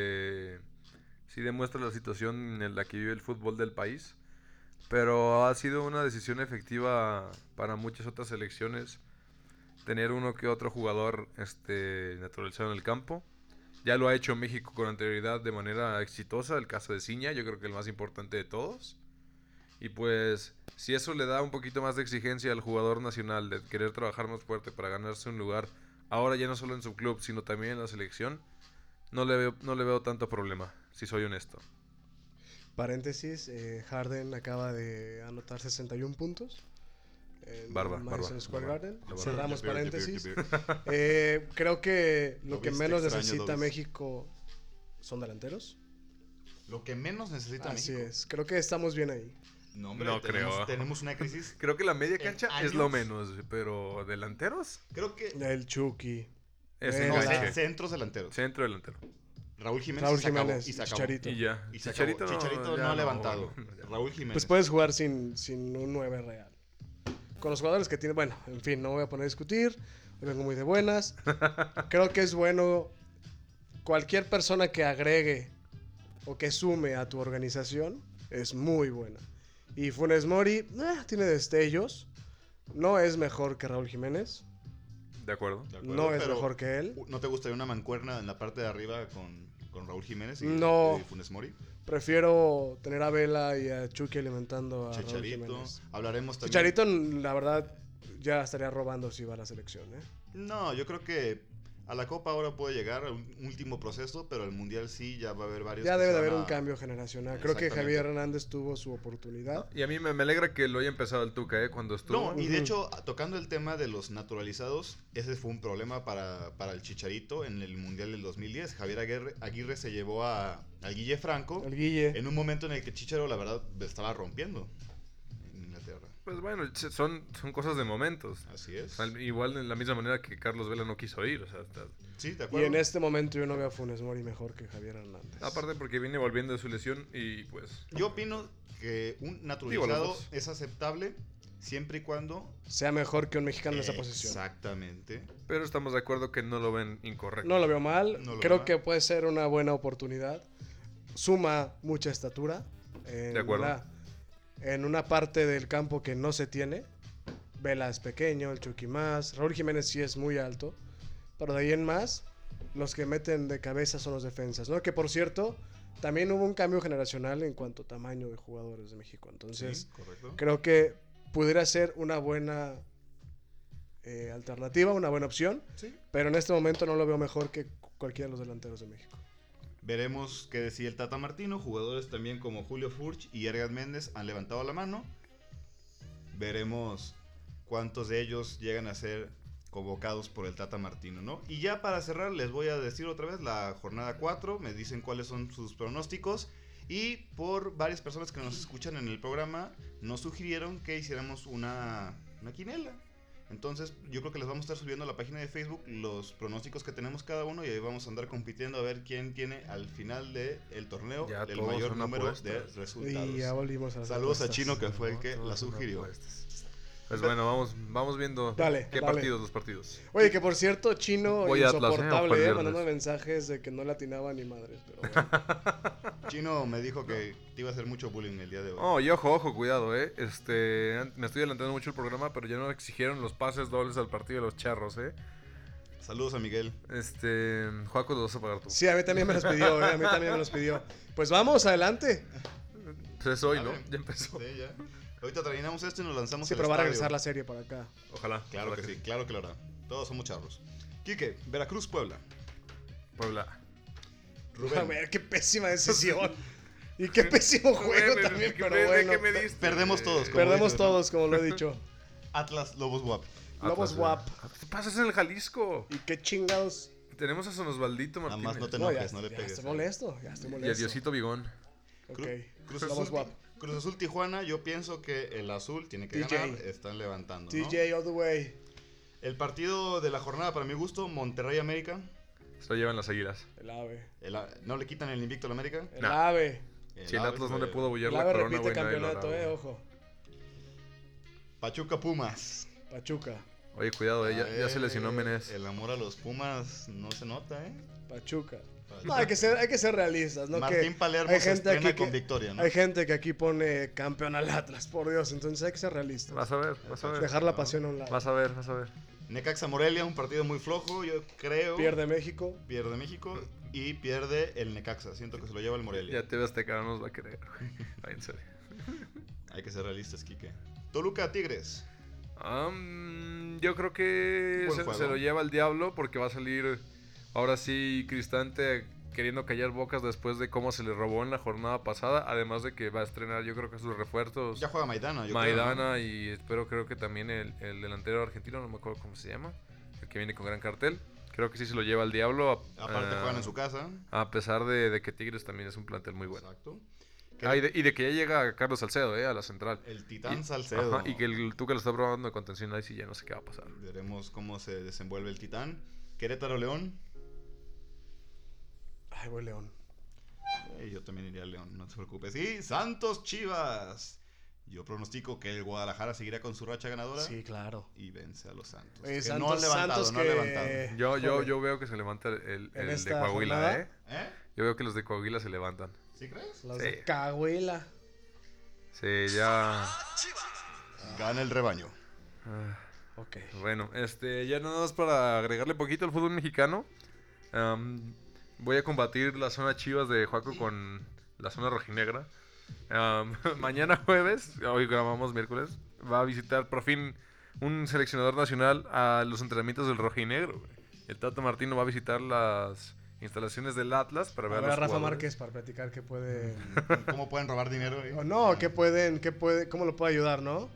sí demuestra la situación en la que vive el fútbol del país. Pero ha sido una decisión efectiva para muchas otras selecciones tener uno que otro jugador naturalizado en el campo. Ya lo ha hecho México con anterioridad de manera exitosa. El caso de Ciña, yo creo que el más importante de todos. Y pues, si eso le da un poquito más de exigencia al jugador nacional de querer trabajar más fuerte para ganarse un lugar, ahora ya no solo en su club, sino también en la selección, no le veo tanto problema, si soy honesto. Paréntesis, Harden acaba de anotar 61 puntos. En Madison Square Garden. Cerramos paréntesis. Creo que lo que menos necesita México son delanteros. Lo que menos necesita Así México. es, creo que estamos bien ahí. No, hombre, No creo. Tenemos una crisis. Creo que la media cancha años. es lo menos, pero delanteros Creo que El Chucky. es Venga. enganche. centros delanteros. Centro delantero. Raúl Jiménez, Raúl y se acabó, Jiménez, y se acabó. Chicharito. Y ya. Y se acabó. Chicharito ya no ha levantado. ya. Raúl Jiménez. Pues puedes jugar sin un 9 real. Con los jugadores que tiene, bueno, en fin, no voy a poner a discutir. Hoy vengo muy de buenas. Creo que es bueno cualquier persona que agregue o que sume a tu organización es muy buena. Y Funes Mori tiene destellos. No es mejor que Raúl Jiménez. De acuerdo. ¿de acuerdo? No es Pero, mejor que él. ¿no te gustaría una mancuerna en la parte de arriba con Raúl Jiménez No. y Funes Mori? Prefiero tener a Vela y a Chucky alimentando a Raúl Chicharito. Jiménez. Hablaremos también. Chicharito, la verdad, ya estaría robando si va a la selección, ¿eh? No, yo creo que a la Copa ahora puede llegar a un último proceso, pero al Mundial sí ya va a haber varios. Ya que debe se de van haber a- un cambio generacional. Creo que Exactamente. Javier Hernández tuvo su oportunidad. Y a mí me alegra que lo haya empezado el Tuca, cuando estuvo. No, y de hecho, tocando el tema de los naturalizados, ese fue un problema para el Chicharito en el Mundial del 2010. Javier Aguirre se llevó al Guille Franco El Guille. en un momento en el que Chicharo, la verdad, estaba rompiendo en Inglaterra. Pues bueno, son cosas de momentos. Así es. O sea, igual en la misma manera que Carlos Vela no quiso ir. O sea, Sí, de Y acuerdo. en este momento yo no veo a Funes Mori mejor que Javier Hernández. aparte porque viene volviendo de su lesión y pues... Yo opino que un Digo, naturalizado los dos. es aceptable siempre y cuando... Sea mejor que un mexicano en esa posición. Exactamente. Pero estamos de acuerdo que no lo ven incorrecto. No lo veo mal. No lo Creo veo que puede ser una buena oportunidad. Suma mucha estatura. De acuerdo. En una parte del campo que no se tiene. Vela es pequeño, el Chucky más. Raúl Jiménez sí es muy alto. Pero de ahí en más, los que meten de cabeza son los defensas, ¿no? Que por cierto, también hubo un cambio generacional en cuanto a tamaño de jugadores de México. Entonces, Sí, correcto. creo que pudiera ser una buena alternativa, una buena opción. Sí. Pero en este momento no lo veo mejor que cualquiera de los delanteros de México. Veremos qué decía el Tata Martino. Jugadores también como Julio Furch y Ergas Méndez han levantado la mano. Veremos cuántos de ellos llegan a ser convocados por el Tata Martino, ¿no? Y ya para cerrar les voy a decir otra vez la jornada 4. Me dicen cuáles son sus pronósticos. Y por varias personas que nos escuchan en el programa nos sugirieron que hiciéramos una quinela. Entonces yo creo que les vamos a estar subiendo a la página de Facebook los pronósticos que tenemos cada uno y ahí vamos a andar compitiendo a ver quién tiene al final del torneo Ya el todos mayor son número apuestas. de resultados. Y ya volvimos a las Saludos a apuestas. Chino que fue el que Todos la son sugirió. apuestas. Pues bueno, vamos viendo Dale, qué dale. partidos, los partidos. Oye, que por cierto, Chino Voy a Atlas, insoportable, o Viernes. mandando mensajes de que no le atinaba ni madres. Pero bueno. Chino me dijo que te iba a hacer mucho bullying el día de hoy. Oh, y ojo, cuidado, me estoy adelantando mucho el programa, pero ya no exigieron los pases dobles al partido de los charros, Saludos a Miguel. Juaco, lo vas a pagar tú. Sí, a mí también me los pidió, a mí también me los pidió. Pues vamos, adelante. Pues es hoy, ¿no? Dale. Ya empezó. Sí, ya. Ahorita terminamos esto y nos lanzamos Sí, al pero va a estadio. regresar la serie para acá. Ojalá. Claro ojalá que sí, claro que lo hará. Todos somos charros. Quique, Veracruz, Puebla. Puebla. A Rubén, ver, qué pésima decisión. Y qué pésimo juego Rubén, también, ¿qué pero me- bueno. qué me diste? Perdemos todos, como Perdemos dices, ¿no? todos, como lo he dicho. Atlas, Lobos Guap. Lobos Atlas, Guap. ¿Qué pasa? Es en el Jalisco. Y qué chingados. Tenemos a San Osvaldito Nada Martínez. más no te No, enojes, ya, no le ya pegues. estoy molesto, ya estoy Y a molesto. Diosito Bigón. Ok. Cruz Lobos Azul, Guap. Cruz Azul Tijuana, yo pienso que el azul tiene que TJ. ganar. Están levantando, ¿no? TJ all the way. El partido de la jornada, para mi gusto, Monterrey América. Se lo llevan las águilas. El ave. ¿No le quitan el invicto al América? El Nah. ave. Si el Atlas no le pudo El bullar la ave corona, repite güey, nadie lo campeonato, hará, güey. ojo. Pachuca Pumas. Pachuca. Oye, cuidado, ya se lesionó Menés. El amor a los Pumas no se nota, ¿eh? Pachuca. No, hay que ser realistas, ¿no? Martín Que Palermo hay se gente estrena aquí con que- victoria, ¿no? Hay gente que aquí pone campeón al Atlas, por Dios. Entonces hay que ser realistas. Vas a ver, vas a ver. Dejar la pasión a un lado. Vas a ver, vas a ver. Necaxa Morelia, un partido muy flojo, yo creo. Pierde México. Pierde México y pierde el Necaxa. Siento que se lo lleva el Morelia. Ya TV Azteca no nos va a querer, güey. Ay, en serio. Hay que ser realistas, Quique. Toluca Tigres. Yo creo que Buen se juego. lo lleva el diablo porque va a salir ahora sí Cristante queriendo callar bocas después de cómo se le robó en la jornada pasada. Además de que va a estrenar, yo creo que sus refuerzos. Ya juega Maidana, yo Maidana y creo que también el delantero argentino, no me acuerdo cómo se llama, el que viene con gran cartel. Creo que sí se lo lleva el diablo. creo. Aparte juegan en su casa. A pesar de que Tigres también es un plantel muy bueno. Exacto. Y de que ya llega Carlos Salcedo, a la central. El Titán Y- Salcedo. Ajá, y que tú que lo estás probando de contención ahí sí ya no sé qué va a pasar. Veremos cómo se desenvuelve el Titán. Querétaro León. Ay, voy León. Yo también iría a León, no te preocupes. Y Santos Chivas. Yo pronostico que el Guadalajara seguirá con su racha ganadora Sí, claro. y vence a los Santos. Oye, Que no han levantado, no han levantado. Yo veo que se levanta el En de esta Coahuila, jornada. ¿Eh? Yo veo que los de Coahuila se levantan. ¿Sí crees? Los Sí. de Cahuila. Sí, ya. Gana el rebaño. Ok. Bueno, ya nada más para agregarle poquito al fútbol mexicano. Voy a combatir la zona Chivas de Joaco con la zona rojinegra. Mañana jueves, hoy grabamos miércoles, va a visitar por fin un seleccionador nacional a los entrenamientos del rojinegro. El Tata Martino va a visitar las instalaciones del Atlas para ver A a ver a los Rafa jugadores. Márquez para platicar qué puede... ¿Cómo pueden robar dinero ahí? o no, cómo lo puede ayudar, ¿no?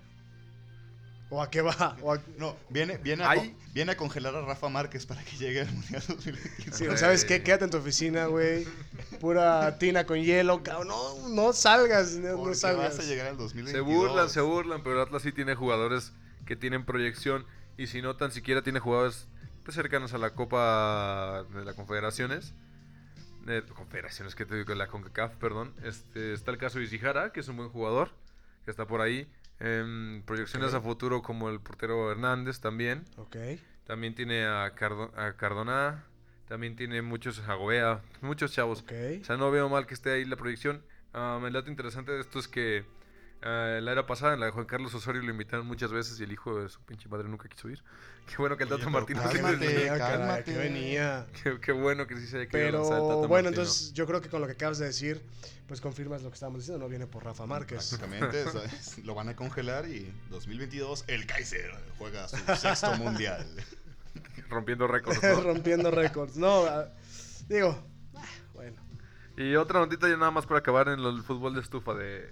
¿O a qué va? No, viene a congelar a Rafa Márquez para que llegue al Mundial 2022. Sí, ¿sabes qué? Quédate en tu oficina, güey. Pura tina con hielo, cabrón. No salgas, no Porque salgas. vas a llegar al 2022. Se burlan, pero el Atlas sí tiene jugadores que tienen proyección. Y si no, tan siquiera tiene jugadores pues, cercanos a la Copa de las Confederaciones. Confederaciones, que te digo, la CONCACAF, perdón. Está el caso de Ishihara, que es un buen jugador, que está por ahí. Proyecciones a futuro como el portero Hernández también. Ok. También tiene a Cardona. También tiene muchos a Gobea, muchos chavos. Ok. O sea, no veo mal que esté ahí la proyección. El dato interesante de esto es que la era pasada, en la de Juan Carlos Osorio, lo invitaron muchas veces y el hijo de su pinche madre nunca quiso ir. Qué bueno que el Tata Oye, Martino pero sí cálmate, venía. Caray, cálmate. que venía. Qué bueno que sí se haya querido lanzar el Pero Tata bueno, Martino. entonces yo creo que con lo que acabas de decir, pues confirmas lo que estábamos diciendo, no viene por Rafa Márquez. Prácticamente, ¿sabes? Lo van a congelar y 2022 el Kaiser juega su 6º mundial. Rompiendo récords, ¿no? Rompiendo récords. No, digo, bueno. Y otra notita ya nada más para acabar en el fútbol de estufa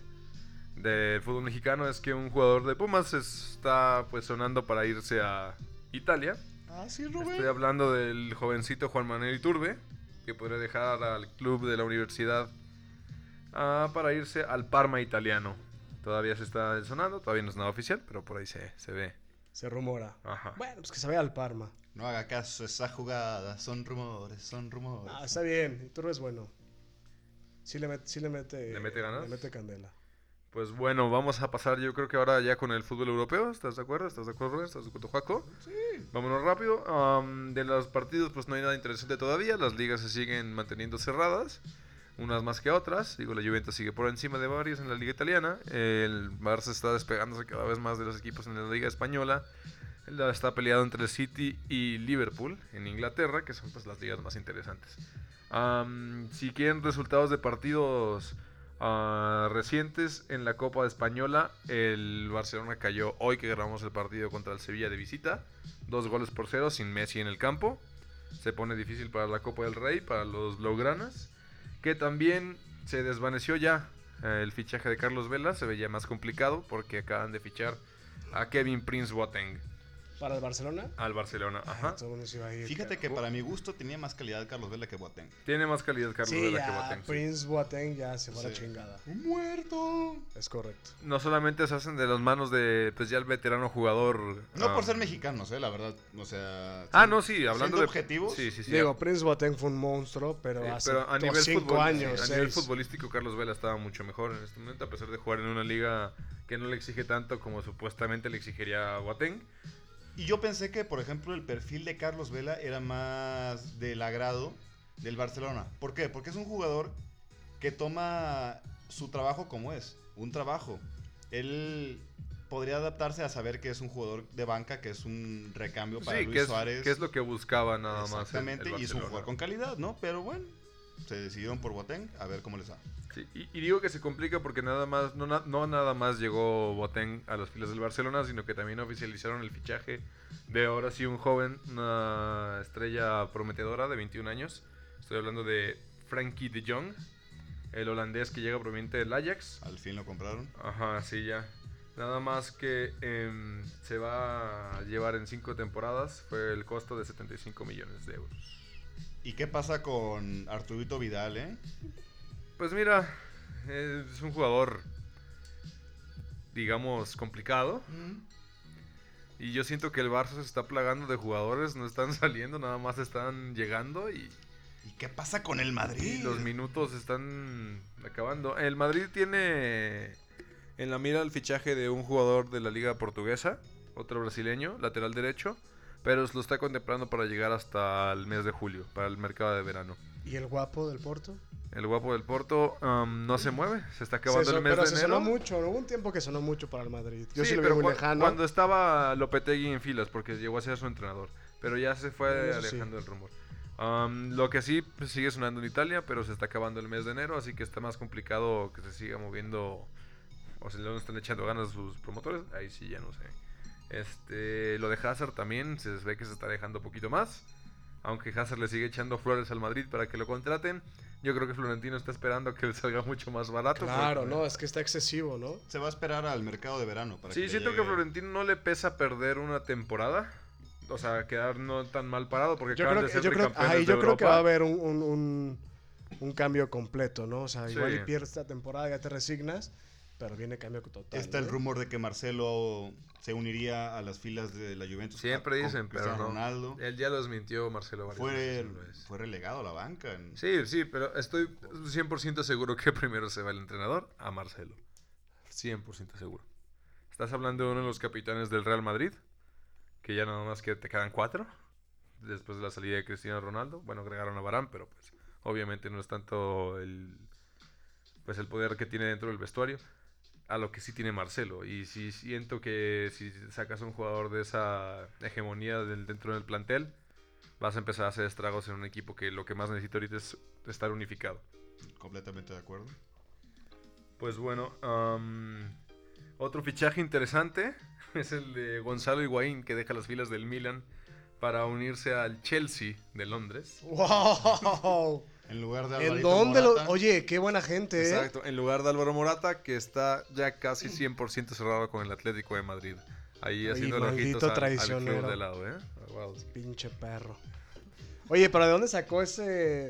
del fútbol mexicano es que un jugador de Pumas está pues sonando para irse a Italia. Ah, sí, Rubén. Estoy hablando del jovencito Juan Manuel Iturbe, que podría dejar al club de la universidad para irse al Parma italiano. Todavía se está sonando, todavía no es nada oficial, pero por ahí se ve. Se rumora. Ajá. Bueno, pues que se vaya al Parma. No haga caso a esa jugada, son rumores, son rumores. Ah, está bien, Iturbe es bueno. Sí le mete ¿Le mete ganas? Le mete candela. Pues bueno, vamos a pasar yo creo que ahora ya con el fútbol europeo. ¿Estás de acuerdo? ¿Estás de acuerdo, Rubén? ¿Estás de acuerdo, Joaco? Sí. Vámonos rápido. De los partidos pues no hay nada interesante todavía. Las ligas se siguen manteniendo cerradas. Unas más que otras. Digo, la Juventus sigue por encima de varios en la liga italiana. El Barça está despegándose cada vez más de los equipos en la liga española. Está peleado entre el City y Liverpool en Inglaterra, que son pues las ligas más interesantes. Si quieren resultados de partidos recientes en la Copa Española, el Barcelona cayó hoy que grabamos el partido contra el Sevilla de visita, 2-0 sin Messi en el campo. Se pone difícil para la Copa del Rey, para los blaugranas, que también se desvaneció ya el fichaje de Carlos Vela. Se veía más complicado porque acaban de fichar a Kevin Prince Boateng ¿Para el Barcelona? al Barcelona. Ajá. Todo el mundo se iba a ir, Fíjate que cabrón. para mi gusto tenía más calidad Carlos Vela que Boateng. Tiene más calidad Carlos Sí, Vela ya, que Boateng. Sí. Prince Boateng ya se fue a la Sí. chingada. ¡Un muerto! Es correcto. No solamente se hacen de las manos de pues ya el veterano jugador. No por ser mexicanos, la verdad. O sea. No, sí, hablando siendo de objetivos. Sí, sí, sí. Digo, Prince Boateng fue un monstruo, pero hace pero a nivel 5 años, a nivel 6. futbolístico Carlos Vela estaba mucho mejor en este momento, a pesar de jugar en una liga que no le exige tanto como supuestamente le exigiría a Boateng. Y yo pensé que, por ejemplo, el perfil de Carlos Vela era más del agrado del Barcelona. ¿Por qué? Porque es un jugador que toma su trabajo como es, un trabajo. Él podría adaptarse a saber que es un jugador de banca, que es un recambio para Sí, Luis Suárez. que es lo que buscaba nada más. Exactamente, el y es un Barcelona. jugador con calidad, ¿no? Pero bueno, se decidieron por Boateng, a ver cómo les va. Sí, y digo que se complica porque nada más no nada más llegó Boateng a las filas del Barcelona, sino que también oficializaron el fichaje de ahora sí un joven, una estrella prometedora de 21 años. Estoy hablando de Frankie de Jong, el holandés que llega proveniente del Ajax. Al fin lo compraron. Ajá, sí, ya. Nada más que se va a llevar en 5 temporadas. Fue el costo de 75 millones de euros. ¿Y qué pasa con Arturito Vidal, Pues mira, es un jugador, digamos, complicado. Y yo siento que el Barça se está plagando de jugadores, no están saliendo, nada más están llegando y ¿Y qué pasa con el Madrid? los minutos están acabando. El Madrid tiene en la mira el fichaje de un jugador de la liga portuguesa, otro brasileño, lateral derecho, pero lo está contemplando para llegar hasta el mes de julio, para el mercado de verano. ¿Y el guapo del Porto? El guapo del Porto no se mueve, se está acabando el mes pero de se enero. sonó mucho, hubo un tiempo que sonó mucho para el Madrid. Yo Sí, sí lo pero veo muy lejano. cuando estaba Lopetegui en filas, porque llegó a ser su entrenador. Pero ya se fue Eso sí. alejando del rumor. Lo que sí pues, sigue sonando en Italia, pero se está acabando el mes de enero, así que está más complicado que se siga moviendo. O si no están echando ganas sus promotores, ahí sí ya no sé. Lo de Hazard también se ve que se está dejando un poquito más. Aunque Hazard le sigue echando flores al Madrid para que lo contraten. Yo creo que Florentino está esperando que le salga mucho más barato. Claro, porque, no, es que está excesivo, ¿no? Se va a esperar al mercado de verano para sí, que le siento llegue. que a Florentino no le pesa perder una temporada. O sea, quedar no tan mal parado porque Yo acaban creo, de ser yo creo, tricampeones de yo creo que Europa. va a haber un cambio completo, ¿no? O sea, igual Sí. y pierdes esta temporada, ya te resignas, pero viene cambio total. Está el ¿no? rumor de que Marcelo se uniría a las filas de la Juventus. Siempre con dicen, pero Cristiano no. Ronaldo. Él ya lo desmintió, Marcelo. varias Fue, veces, no lo es. fue relegado a la banca. Sí, pero estoy 100% seguro que primero se va el entrenador a Marcelo. 100% seguro. Estás hablando de uno de los capitanes del Real Madrid, que ya nada más que te quedan 4 después de la salida de Cristiano Ronaldo. Bueno, agregaron a Varane, pero pues obviamente no es tanto el poder que tiene dentro del vestuario a lo que sí tiene Marcelo. Y sí siento que si sacas un jugador de esa hegemonía dentro del plantel, vas a empezar a hacer estragos en un equipo que lo que más necesita ahorita es estar unificado. Completamente de acuerdo. Pues bueno, otro fichaje interesante es el de Gonzalo Higuaín, que deja las filas del Milan para unirse al Chelsea de Londres. ¡Wow! En lugar de ¿En Alvarito dónde Morata, Oye, qué buena gente, ¿eh? Exacto, en lugar de Álvaro Morata, que está ya casi 100% cerrado con el Atlético de Madrid. Ahí Ay, haciendo maldito ojitos al club traicionero. de lado, ¿eh? Wow. Pinche perro. Oye, ¿pero de dónde sacó ese...?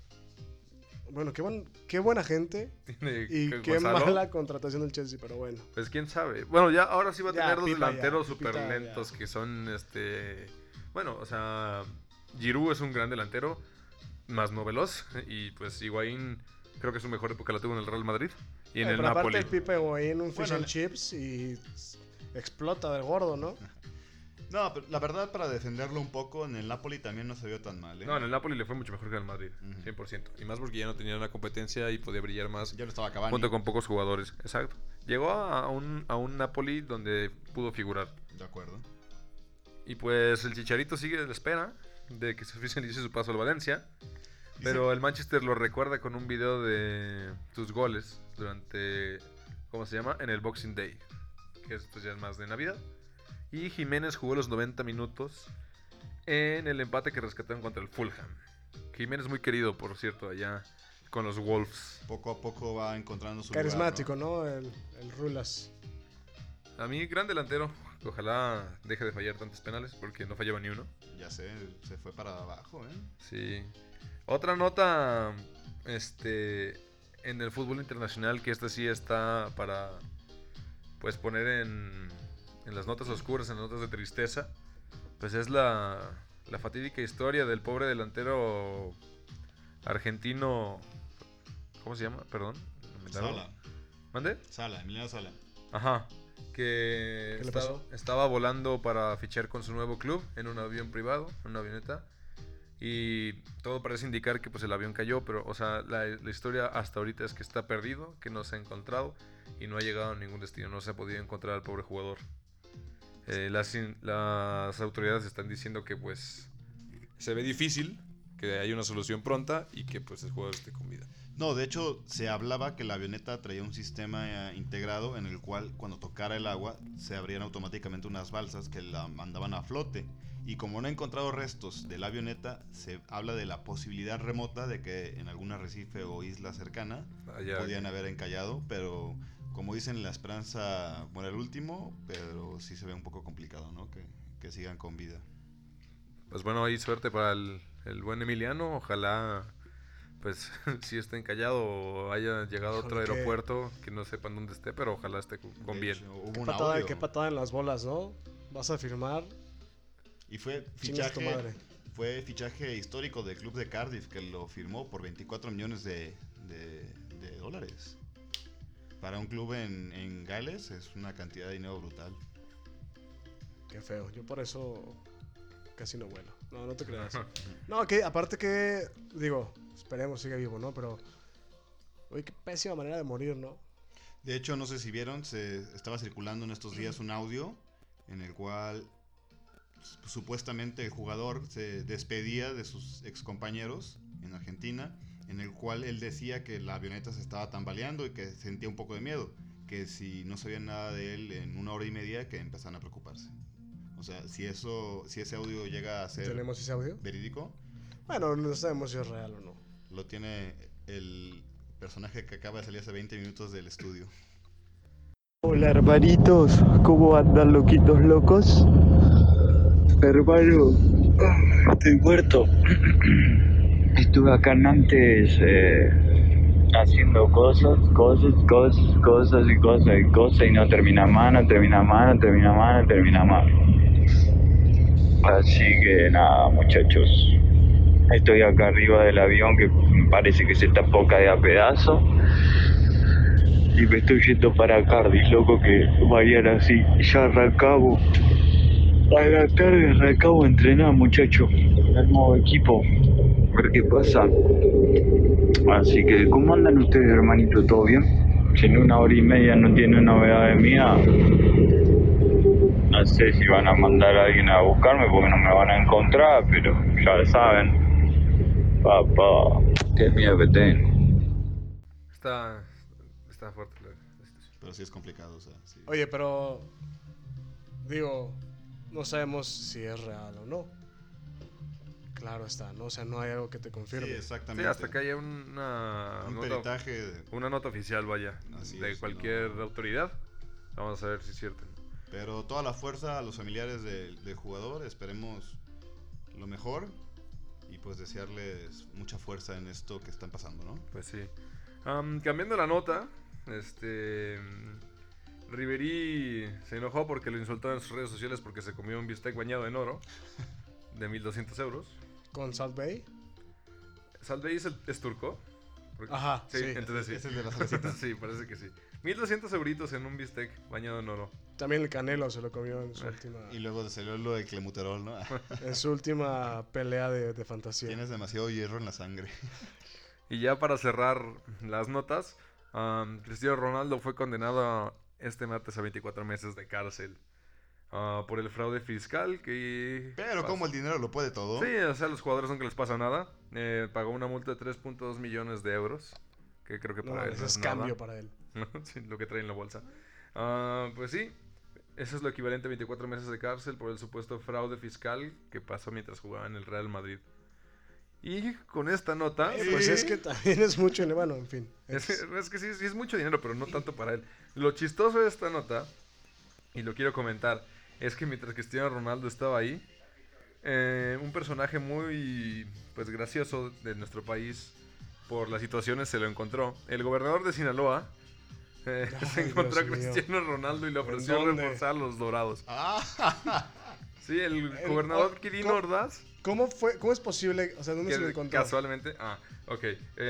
Bueno, qué buena gente y qué Gonzalo, mala contratación del Chelsea, pero bueno. pues quién sabe. Bueno, ya ahora sí va a Ya, tener dos Pipa, delanteros ya, súper Pipita, lentos ya. que son bueno, o sea, Giroud es un gran delantero, más no veloz, y pues Higuaín creo que su mejor época la tuvo en el Real Madrid y en el Pero Napoli. aparte Pipe Higuaín, un fish Bueno, and chips y explota del gordo, ¿no? No, pero la verdad, para defenderlo un poco, en el Napoli también no se vio tan mal, ¿eh? No, en el Napoli le fue mucho mejor que en el Madrid, Ujú. 100%. Y más porque ya no tenía una competencia y podía brillar más Ya no estaba Cavani. junto con pocos jugadores. Exacto. Llegó a un Napoli donde pudo figurar. De acuerdo. Y pues el Chicharito sigue a la espera de que se oficialice su paso al Valencia. Pero el Manchester lo recuerda con un video de sus goles durante, ¿cómo se llama? En el Boxing Day, que esto ya es más de Navidad. Y Jiménez jugó los 90 minutos en el empate que rescataron contra el Fulham. Jiménez muy querido, por cierto, allá con los Wolves. Poco a poco va encontrando su Carismático, lugar, ¿no? El Rulas. A mí, gran delantero. Ojalá deje de fallar tantos penales porque no fallaba ni uno. ¿no? Ya sé, se fue para abajo, ¿eh? Sí. Otra nota en el fútbol internacional que esta sí está para pues poner en las notas oscuras, en las notas de tristeza, pues es la fatídica historia del pobre delantero argentino. ¿Cómo se llama? Perdón. Sala. ¿Mande? Sala, Emiliano Sala. Ajá. Que ¿Qué le pasó? estaba volando para fichar con su nuevo club en un avión privado, en una avioneta. Y todo parece indicar que pues el avión cayó, pero o sea, la historia hasta ahorita es que está perdido, que no se ha encontrado y no ha llegado a ningún destino, no se ha podido encontrar al pobre jugador. Las autoridades están diciendo que pues se ve difícil, que hay una solución pronta y que pues el jugador esté con vida. No, de hecho, se hablaba que la avioneta traía un sistema integrado en el cual cuando tocara el agua se abrían automáticamente unas balsas que la mandaban a flote. Y como no ha encontrado restos de la avioneta, se habla de la posibilidad remota de que en algún arrecife o isla cercana podían haber encallado, pero como dicen, la esperanza muere al último, pero sí se ve un poco complicado, ¿no? Que sigan con vida. Pues bueno, ahí suerte para el buen Emiliano, ojalá pues si esté encallado o haya llegado a otro Híjole, aeropuerto que no sepan dónde esté, pero ojalá esté con De bien. hecho, hubo un audio. Qué patada en las bolas, ¿no? Vas a firmar, Y fue chingas tu madre. fichaje histórico del club de Cardiff, que lo firmó por 24 millones de dólares. Para un club en Gales es una cantidad de dinero brutal. Qué feo. Yo por eso casi no vuelo. No te creas. No, que aparte que, digo, esperemos siga vivo, ¿no? Pero Uy, qué pésima manera de morir, ¿no? De hecho, no sé si vieron, se estaba circulando en estos días un audio en el cual supuestamente el jugador se despedía de sus excompañeros en Argentina, en el cual él decía que la avioneta se estaba tambaleando y que sentía un poco de miedo, que si no sabían nada de él en 1 hora y media que empezaran a preocuparse. O sea, si ese audio llega a ser ¿Tenemos ese audio? verídico, Bueno, no sabemos si es real o no. lo tiene el personaje que acaba de salir hace 20 minutos del estudio. Hola hermanitos, ¿cómo andan loquitos locos? Hermano, estoy muerto. Estuve acá antes haciendo cosas y no termina más. Así que nada, muchachos. Estoy acá arriba del avión que parece que se está poca de a pedazo. Y me estoy yendo para Cardiff, loco, que mañana sí, ya arrancamos. A la tarde arrancamos a entrenar, muchachos. El nuevo equipo. A ver qué pasa. Así que, ¿cómo andan ustedes, hermanito? ¿Todo bien? Si en 1 hora y media no tienen novedades mías, no sé si van a mandar a alguien a buscarme porque no me van a encontrar, pero ya saben. Papá, qué miedo que tengo. Está fuerte la situación. Pero sí es complicado, o sea, sí. Oye, pero... Digo, no sabemos si es real o no. Claro está, ¿no? O sea, no hay algo que te confirme. Sí, Sí, exactamente. hasta que haya una un nota, peritaje. una nota oficial, vaya, Así de es, cualquier autoridad. Vamos a ver si es cierto. Pero toda la fuerza a los familiares del jugador, esperemos lo mejor y pues desearles mucha fuerza en esto que están pasando, ¿no? Pues sí. Cambiando la nota, Ribery se enojó porque lo insultó en sus redes sociales porque se comió un bistec bañado en oro de 1.200 euros. ¿Con Salt Bay? ¿Salt Bay es turco? Ajá, Sí, sí. entonces sí. Es el de las salsitas. Sí, parece que sí. 1.200 euritos en un bistec bañado en oro. También el Canelo se lo comió en su última... Y luego salió lo de clemuterol, ¿no? En su última pelea de fantasía. Tienes demasiado hierro en la sangre. Y ya para cerrar las notas, Cristiano Ronaldo fue condenado este martes a 24 meses de cárcel por el fraude fiscal que... Pero como el dinero lo puede todo. Sí, o sea, a los jugadores nunca les pasa nada. Pagó una multa de 3.2 millones de euros, que creo que No, para él ese no es nada. cambio para él. Sí, lo que trae en la bolsa. Pues sí, eso es lo equivalente a 24 meses de cárcel por el supuesto fraude fiscal que pasó mientras jugaba en el Real Madrid. Y con esta nota... Pues es que también es mucho, bueno, en fin. Es que sí es mucho dinero, pero no tanto para él. Lo chistoso de esta nota, y lo quiero comentar, es que mientras Cristiano Ronaldo estaba ahí, un personaje muy pues gracioso de nuestro país, por las situaciones, se lo encontró. El gobernador de Sinaloa se encontró a Dios mío. Cristiano Ronaldo y le ofreció ¿En dónde? reforzar a los Dorados. Ah, Sí, el gobernador Quirino ¿cómo? Ordaz... ¿Cómo es posible? O sea, ¿dónde se lo encontró? Casualmente. Ok.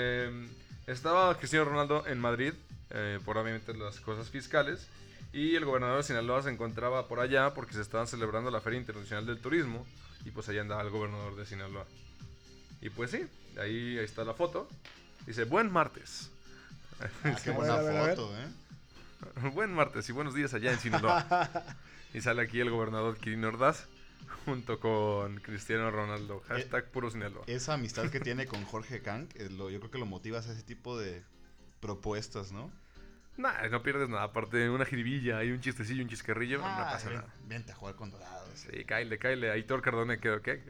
Estaba Cristiano Ronaldo en Madrid, por obviamente las cosas fiscales. Y el gobernador de Sinaloa se encontraba por allá porque se estaban celebrando la Feria Internacional del Turismo. Y pues allá andaba el gobernador de Sinaloa. Y pues sí, ahí está la foto. Dice, buen martes. qué buena A ver. foto, ¿eh? Buen martes y buenos días allá en Sinaloa. Y sale aquí el gobernador Quirino Ordaz junto con Cristiano Ronaldo. Hashtag puro Sinaloa. Esa amistad que tiene con Jorge Kank, yo creo que lo motiva a hacer ese tipo de propuestas, ¿no? Nah, no pierdes nada. Aparte, una jiribilla y un chistecillo, un chisquerrillo, no pasa ven- nada. Vente a jugar con Dorados. Sí, cáile. Aitor Cardone quedó, ¿qué?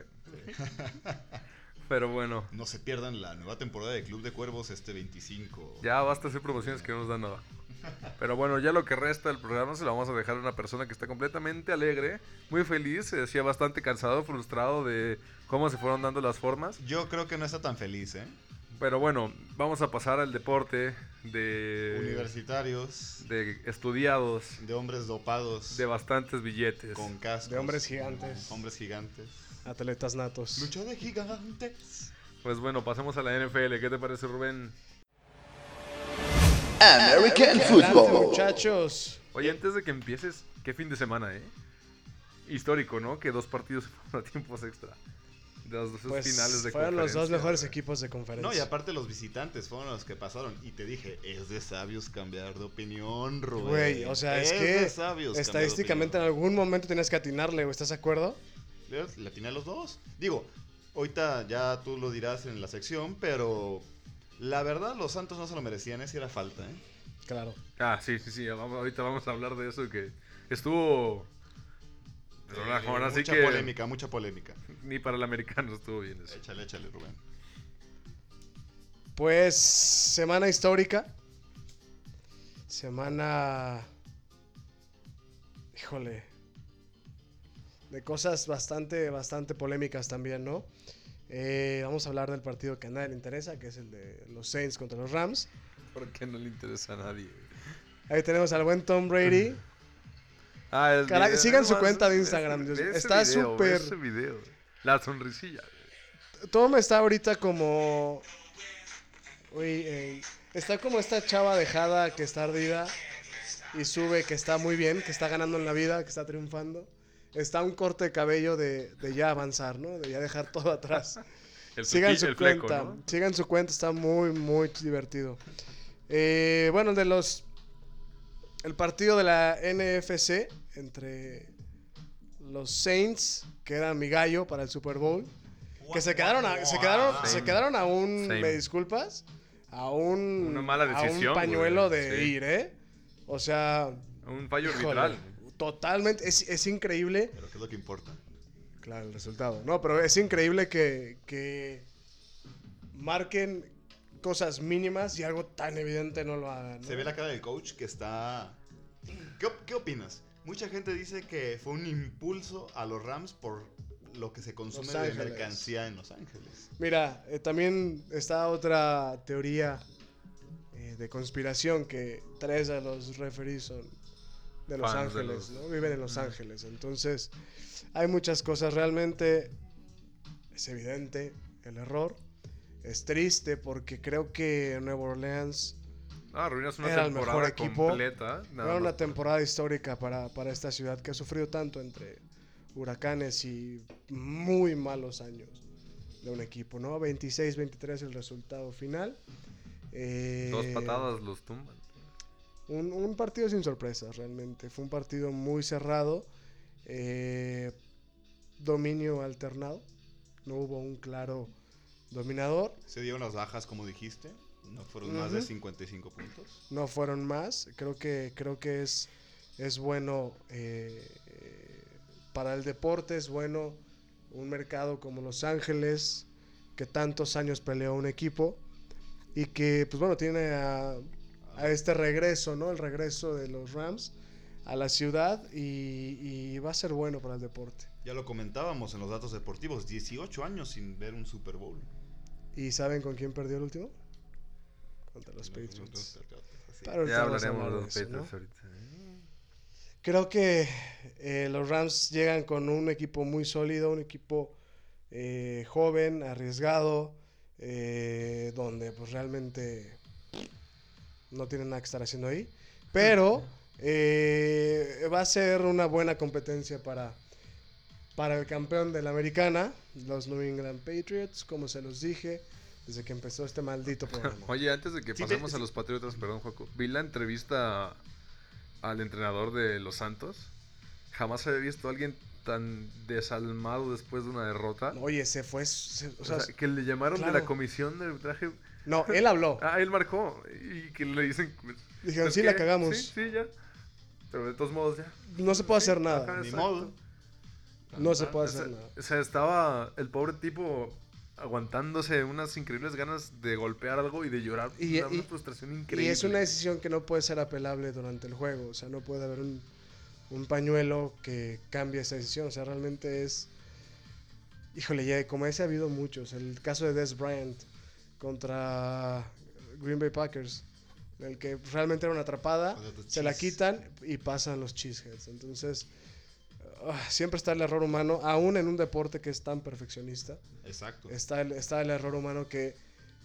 Pero bueno, No se pierdan la nueva temporada de Club de Cuervos este 25. ya basta hacer promociones que no nos dan nada. Pero bueno, ya lo que resta del programa se lo vamos a dejar a una persona que está completamente alegre, muy feliz, se decía bastante cansado, frustrado de cómo se fueron dando las formas. Yo creo que no está tan feliz, ¿eh? Pero bueno, vamos a pasar al deporte de... Universitarios, de estudiados, de hombres dopados, de bastantes billetes. con cascos. De hombres gigantes. Hombres gigantes. Atletas natos. Lucha de gigantes. Pues bueno, pasemos a la NFL. ¿Qué te parece, Rubén? American Adelante, Football. muchachos. Oye, antes de que empieces, qué fin de semana, ¿eh? Histórico, ¿no? Que 2 partidos se fueron a tiempos extra. Las dos Pues finales de fueron los dos conferencia, mejores güey. equipos de conferencia. No, y aparte los visitantes fueron los que pasaron. Y te dije, es de sabios cambiar de opinión, Rubén. Güey, o sea, es de que sabios estadísticamente en cambiar algún momento tienes que atinarle, güey. ¿Estás de acuerdo? de opinión. Le atiné a los dos. Digo, ahorita ya tú lo dirás en la sección, pero la verdad los Santos no se lo merecían, si era falta, ¿eh? Claro. Ah, sí. Ahorita vamos a hablar de eso que estuvo... ahora sí Mucha que polémica, mucha polémica. ni para el americano estuvo bien eso. Échale, Rubén. Pues semana histórica. Semana... Híjole. De cosas bastante polémicas también, ¿no? Vamos a hablar del partido que a nadie le interesa, que es el de los Saints contra los Rams. Porque no le interesa a nadie. Ahí tenemos al buen Tom Brady. Ah, el Caray, video, sigan su nomás, cuenta de ve Instagram, Dios mío. ese Está video, súper- ve ese video. La sonrisilla. Tom está ahorita como... Uy, está como esta chava dejada que está ardida y sube que está muy bien, que está ganando en la vida, que está triunfando. Está a un corte de cabello de ya avanzar, ¿no? De ya dejar todo atrás. Sigan su fleco, cuenta, ¿no? sigan su cuenta, está muy divertido. Bueno, el partido de la NFC entre los Saints, que era mi gallo para el Super Bowl, que se quedaron a un, Same. ¿me disculpas? A un, Una mala a un decisión, pañuelo güey. de Sí. ir, ¿eh? O sea, Un fallo híjole, arbitral. totalmente, es increíble. Pero ¿qué es lo que importa? Claro, el resultado. No, pero es increíble que marquen cosas mínimas y algo tan evidente no lo hagan, ¿no? Se ve la cara del coach que está... ¿Qué opinas? Mucha gente dice que fue un impulso a los Rams por lo que se consume Los de Ángeles. mercancía en Los Ángeles. Mira, también está otra teoría de conspiración que tres de los referees son de Los Fans de Ángeles, los- ¿no? Viven en Los Ángeles. Entonces, hay muchas cosas. Realmente es evidente el error. Es triste porque creo que Nueva Orleans Arruinas una era el mejor temporada equipo. completa. nada era una más. temporada histórica para esta ciudad que ha sufrido tanto entre huracanes y muy malos años de un equipo, ¿no? 26-23 el resultado final. Dos patadas los tumban. Un partido sin sorpresas, realmente. Fue un partido muy cerrado. Dominio alternado. No hubo un claro dominador. Se dieron las bajas, como dijiste. No fueron más de Ujú. 55 puntos. No fueron más. Creo que es bueno para el deporte. Es bueno un mercado como Los Ángeles, que tantos años peleó un equipo. Y que, pues bueno, tiene a este regreso, ¿no? El regreso de los Rams a la ciudad y va a ser bueno para el deporte. Ya lo comentábamos en los datos deportivos. 18 años sin ver un Super Bowl. ¿Y saben con quién perdió el último? Contra los Patriots. Así. Pero ahorita Ya vamos a hablaremos de hablar los de eso, Patriots ¿no? ahorita. Creo que los Rams llegan con un equipo muy sólido, un equipo joven, arriesgado, donde pues realmente no tienen nada que estar haciendo ahí. Pero va a ser una buena competencia para el campeón de la americana, los New England Patriots, como se los dije desde que empezó este maldito programa. Oye, antes de que Sí, pasemos sí. a los Patriotas, perdón, Joaco, vi la entrevista al entrenador de los Santos. Jamás había visto a alguien tan desalmado después de una derrota. Oye, o O sea, sea, que le llamaron de claro. la comisión de arbitraje. no, él habló. Ah, él marcó. Y que le dicen. Dijeron, "¿Es sí, que? la cagamos. Sí, ya. Pero de todos modos, ya. No se puede Sí, hacer nada. ajá, Ni exacto. modo. No se Ajá. puede O sea, hacer nada. o sea, estaba el pobre tipo aguantándose unas increíbles ganas de golpear algo y de llorar. Y- una y- frustración Y increíble. es una decisión que no puede ser apelable durante el juego. O sea, no puede haber un pañuelo que cambie esa decisión. O sea, realmente es... Híjole, ya como ese ha habido muchos. El caso de Dez Bryant contra Green Bay Packers. El que realmente era una atrapada. Contra los Se la Cheese. quitan y pasan los cheeseheads. Entonces, siempre está el error humano. Aún en un deporte que es tan perfeccionista. Exacto. Está el error humano que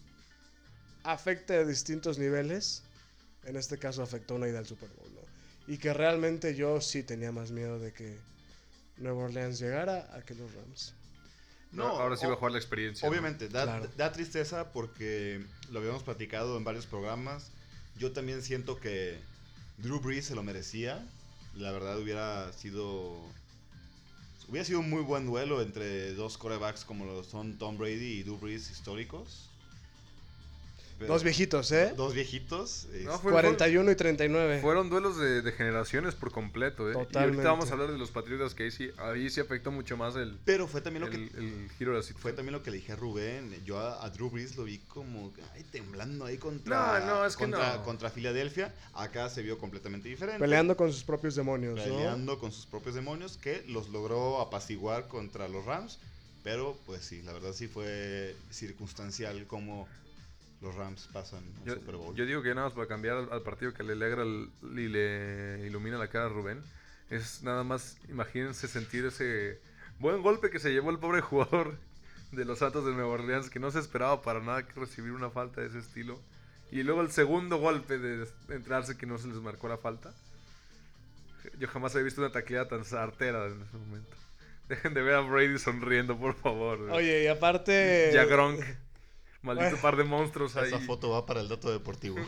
afecta a distintos niveles. En este caso afectó una ida al Super Bowl, ¿no? Y que realmente yo sí tenía más miedo de que Nueva Orleans llegara a que los Rams. No, ahora sí va a jugar la experiencia. Obviamente, Claro. da tristeza porque lo habíamos platicado en varios programas. Yo también siento que Drew Brees se lo merecía. La verdad hubiera sido un muy buen duelo entre dos quarterbacks como lo son Tom Brady y Drew Brees históricos. Pero- Dos viejitos, ¿eh? Dos viejitos. No, 41 y 39. Fueron duelos de generaciones por completo, ¿eh? Y Totalmente. ahorita vamos a hablar de los Patriotas, que ahí sí afectó mucho más el fue también lo que el giro de la situación. fue también lo que le dije a Rubén. Yo a Drew Brees lo vi como temblando ahí contra contra Filadelfia. Acá se vio completamente diferente. Peleando con sus propios demonios, ¿no? Peleando con sus propios demonios, que los logró apaciguar contra los Rams. Pero pues sí, la verdad sí fue circunstancial como los Rams pasan al Super Bowl. Yo digo que nada más para cambiar al partido que le alegra y le ilumina la cara a Rubén, es nada más, imagínense sentir ese buen golpe que se llevó el pobre jugador de los Santos de Nueva Orleans, que no se esperaba para nada que recibir una falta de ese estilo. Y luego el segundo golpe de entrarse que no se les marcó la falta. Yo jamás había visto una tacleada tan sartera en ese momento. Dejen de ver a Brady sonriendo, por favor. Oye, y aparte... Ya Gronk. Maldito par de monstruos ahí. Esa foto va para el dato deportivo.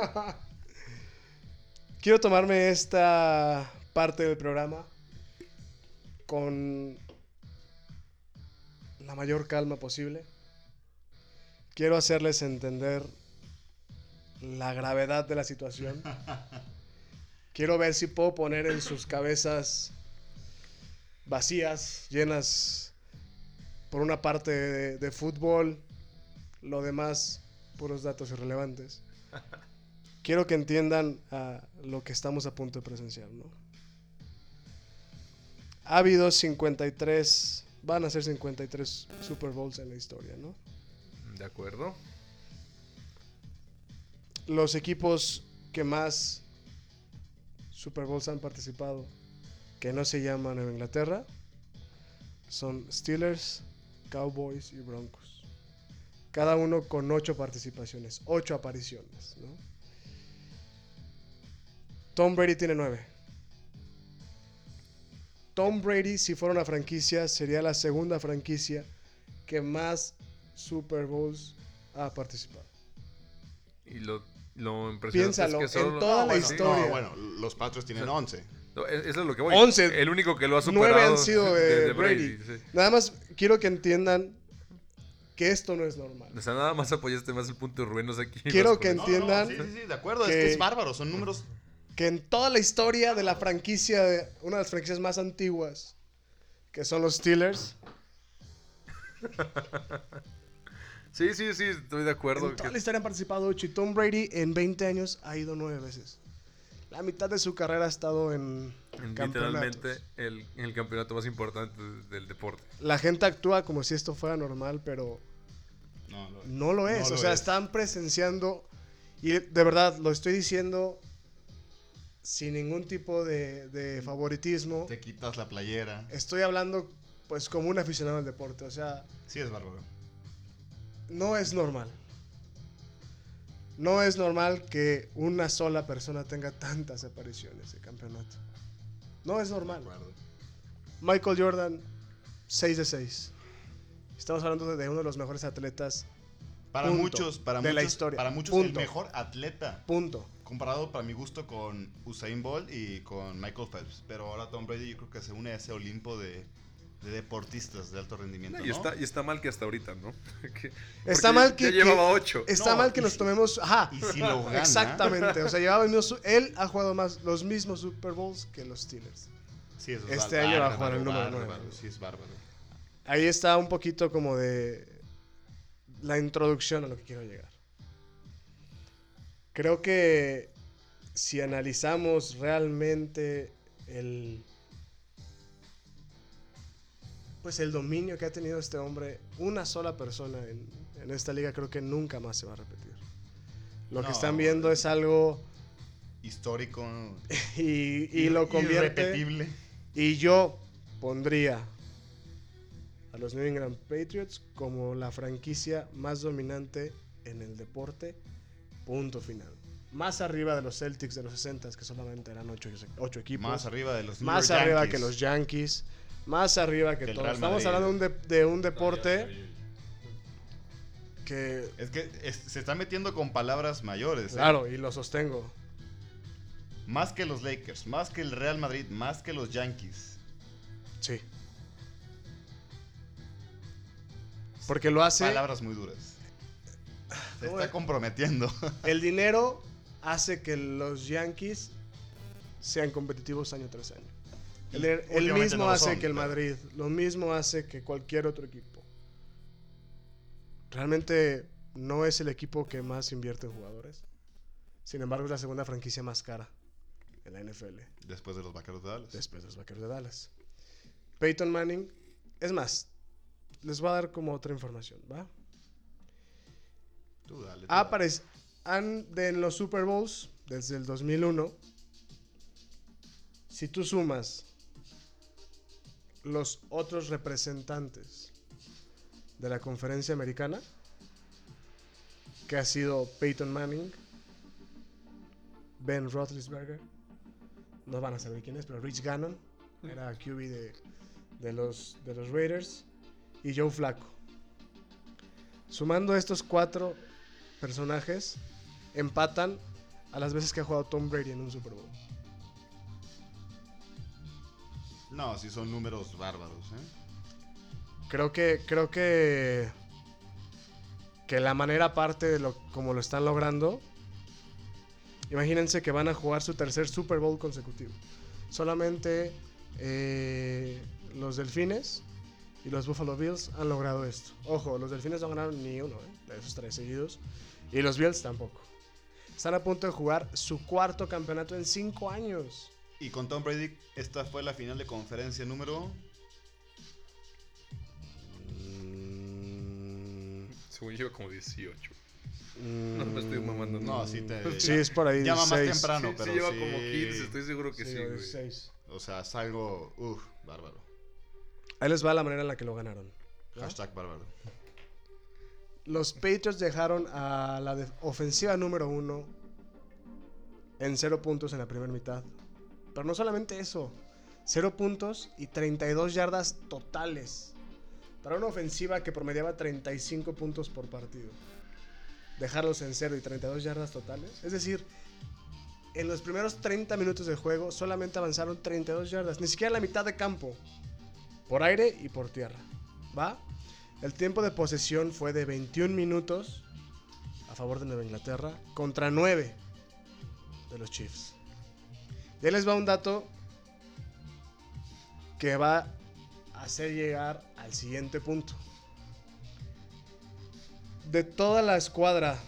Quiero tomarme esta parte del programa con la mayor calma posible. Quiero hacerles entender la gravedad de la situación. Quiero ver si puedo poner en sus cabezas vacías, llenas por una parte de fútbol, lo demás puros datos irrelevantes. Quiero que entiendan lo que estamos a punto de presenciar, ¿no? Ha habido 53, van a ser 53 Super Bowls en la historia, ¿no? De acuerdo. Los equipos que más Super Bowls han participado, que no se llaman Nueva Inglaterra, son Steelers, Cowboys y Broncos. Cada uno con 8 participaciones, 8 apariciones, ¿no? Tom Brady tiene 9. Tom Brady, si fuera una franquicia, sería la segunda franquicia que más Super Bowls ha participado. Y lo impresionante Piénsalo, es que solo en toda la sí. historia. No, bueno, los Patriots tienen 11. No, eso es lo que voy. 11. El único que lo ha superado. 9 han sido de Brady. sí. Nada más quiero que entiendan que esto no es normal. O sea, nada más apoyaste más el punto de Rubén, no sé aquí. Quiero que No, entiendan sí, de acuerdo, es que- que es bárbaro, son números. que en toda la historia de la franquicia, una de las franquicias más antiguas, que son los Steelers, Sí, estoy de acuerdo. en toda la historia han participado 8 y Tom Brady en 20 años ha ido 9 veces. La mitad de su carrera ha estado en Literalmente campeonatos. el campeonato más importante del deporte. La gente actúa como si esto fuera normal, pero no lo es. No lo o sea, es. están presenciando, y de verdad lo estoy diciendo sin ningún tipo de favoritismo. Te quitas la playera. Estoy hablando pues como un aficionado al deporte. O sea, Sí, es bárbaro. no es normal. No es normal que una sola persona tenga tantas apariciones de campeonato. No es normal. De acuerdo. Michael Jordan, 6 de 6. Estamos hablando de uno de los mejores atletas. Para Punto. muchos, De la historia. Para muchos Punto. el mejor atleta. Punto. Comparado para mi gusto con Usain Bolt y con Michael Phelps. Pero ahora Tom Brady yo creo que se une a ese Olimpo de deportistas de alto rendimiento, ¿no? Y está mal que hasta ahorita, ¿no? Está Porque mal que ya llevaba 8. Está No, mal que y nos si- tomemos. Ajá. Y si lo gana. Exactamente. O sea, llevaba él ha jugado más los mismos Super Bowls que los Steelers. Sí, eso es Este año va a bárbaro, jugar el número bárbaro, 9. Sí, es bárbaro. Ahí está un poquito como de la introducción a lo que quiero llegar. Creo que si analizamos realmente el dominio que ha tenido este hombre, una sola persona en esta liga, creo que nunca más se va a repetir. Lo que No. están viendo es algo Histórico. y lo convierte. Irrepetible. Y yo pondría a los New England Patriots como la franquicia más dominante en el deporte, punto final. Más arriba de los Celtics de los 60s, que solamente eran 8 equipos. Más arriba de los New Más York arriba Yankees. que los Yankees. más arriba que Del todo. Real Estamos Madrid. hablando de un deporte que, Es que se está metiendo con palabras mayores. claro, y lo sostengo. Más que los Lakers, más que el Real Madrid, más que los Yankees. Sí. Porque lo hace. Palabras muy duras. Se está comprometiendo. El dinero hace que los Yankees sean competitivos año tras año. El Últimamente mismo no lo hace son, que el pero- Madrid, lo mismo hace que cualquier otro equipo. Realmente no es el equipo que más invierte en jugadores. Sin embargo, es la segunda franquicia más cara en la NFL, Después de los Vaqueros de Dallas. después de los Vaqueros de Dallas. Peyton Manning, es más, les voy a dar como otra información, ¿va? Tú dale, tú Ha dale. en los Super Bowls desde el 2001. Si tú sumas los otros representantes de la conferencia americana, que ha sido Peyton Manning, Ben Roethlisberger, no van a saber quién es, pero Rich Gannon era QB de los Raiders, y Joe Flacco. Sumando estos 4 personajes, empatan a las veces que ha jugado Tom Brady en un Super Bowl. No, sí son números bárbaros, ¿eh? Creo que la manera aparte de como lo están logrando, imagínense que van a jugar su tercer Super Bowl consecutivo. Solamente los Delfines y los Buffalo Bills han logrado esto. Ojo, los Delfines no ganaron ni uno de esos 3 seguidos, y los Bills tampoco. Están a punto de jugar su 4º campeonato en 5 años. Y con Tom Brady, esta fue la final de conferencia número... Según yo, como 18. No me estoy mamando. No, sí te... Sí, es por ahí. Llama más 16. temprano, Sí, pero lleva sí... como 15, estoy seguro que sí, güey. 16. O sea, es algo... bárbaro. Ahí les va la manera en la que lo ganaron. ¿va? Hashtag bárbaro. Los Patriots dejaron a la ofensiva número 1 en 0 puntos en la primera mitad. Pero no solamente eso, 0 puntos y 32 yardas totales. Para una ofensiva que promediaba 35 puntos por partido. Dejarlos en 0 y 32 yardas totales. Es decir, en los primeros 30 minutos de juego solamente avanzaron 32 yardas. Ni siquiera la mitad de campo. Por aire y por tierra. ¿Va? El tiempo de posesión fue de 21 minutos a favor de Nueva Inglaterra contra 9 de los Chiefs. Y ahí les va un dato que va a hacer llegar al siguiente punto. De toda la escuadra,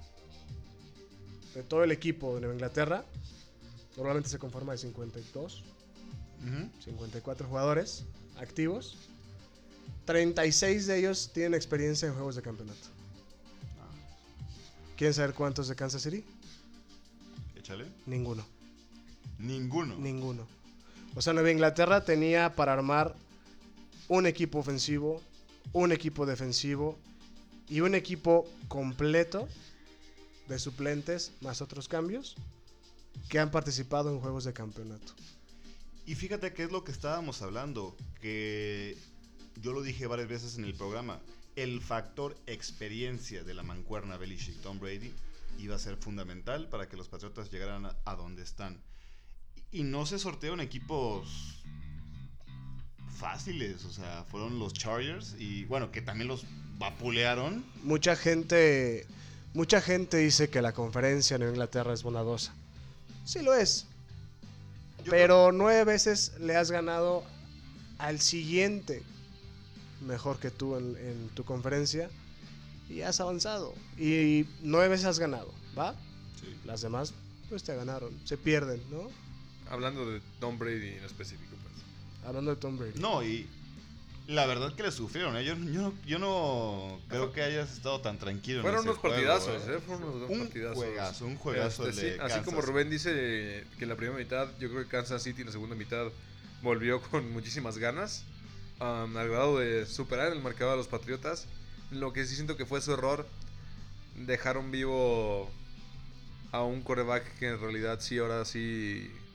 de todo el equipo de Nueva Inglaterra, normalmente se conforma de 52, 54 jugadores activos. 36 de ellos tienen experiencia en juegos de campeonato. ¿Quieren saber cuántos de Kansas City? Échale. Ninguno. Ninguno. O sea, Nueva Inglaterra tenía para armar un equipo ofensivo, un equipo defensivo y un equipo completo de suplentes más otros cambios que han participado en juegos de campeonato. Y fíjate qué es lo que estábamos hablando, que yo lo dije varias veces en el programa, el factor experiencia de la mancuerna Belichick-Tom Brady iba a ser fundamental para que los Patriotas llegaran a donde están. Y no se sortearon equipos fáciles, o sea, fueron los Chargers y bueno, que también los vapulearon. Mucha gente dice que la conferencia de Nueva Inglaterra es bondadosa. Sí lo es. Pero 9 veces le has ganado al siguiente mejor que tú en tu conferencia y has avanzado. Y 9 veces has ganado, ¿va? Sí. Las demás, pues te ganaron. Se pierden, ¿no? Hablando de Tom Brady en específico, pues. Hablando de Tom Brady. No, y la verdad que le sufrieron, ¿eh? Yo no creo que hayas estado tan tranquilo. Fueron en ese unos juego, partidazos, ¿eh? Fueron unos partidazos. Un juegazo el Sí, de así Kansas. como Rubén dice que en la primera mitad, yo creo que Kansas City en la segunda mitad volvió con muchísimas ganas, al grado de superar el marcador a los Patriotas. Lo que sí siento que fue su error, dejaron vivo a un quarterback que en realidad sí, ahora sí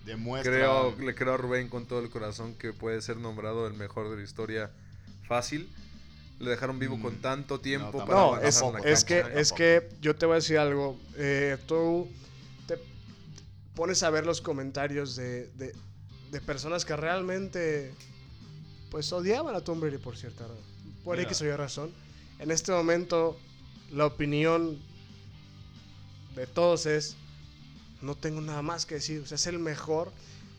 demuestra... Le creo a Rubén con todo el corazón que puede ser nombrado el mejor de la historia fácil. Le dejaron vivo con tanto tiempo no, para No, avanzar en la es cancha. que yo te voy a decir algo. Tú te pones a ver los comentarios de personas que realmente pues odiaban a Tom Brady por cierta razón. Por Mira. X o Y razón. En este momento, la opinión de todos es: no tengo nada más que decir. O sea, es el mejor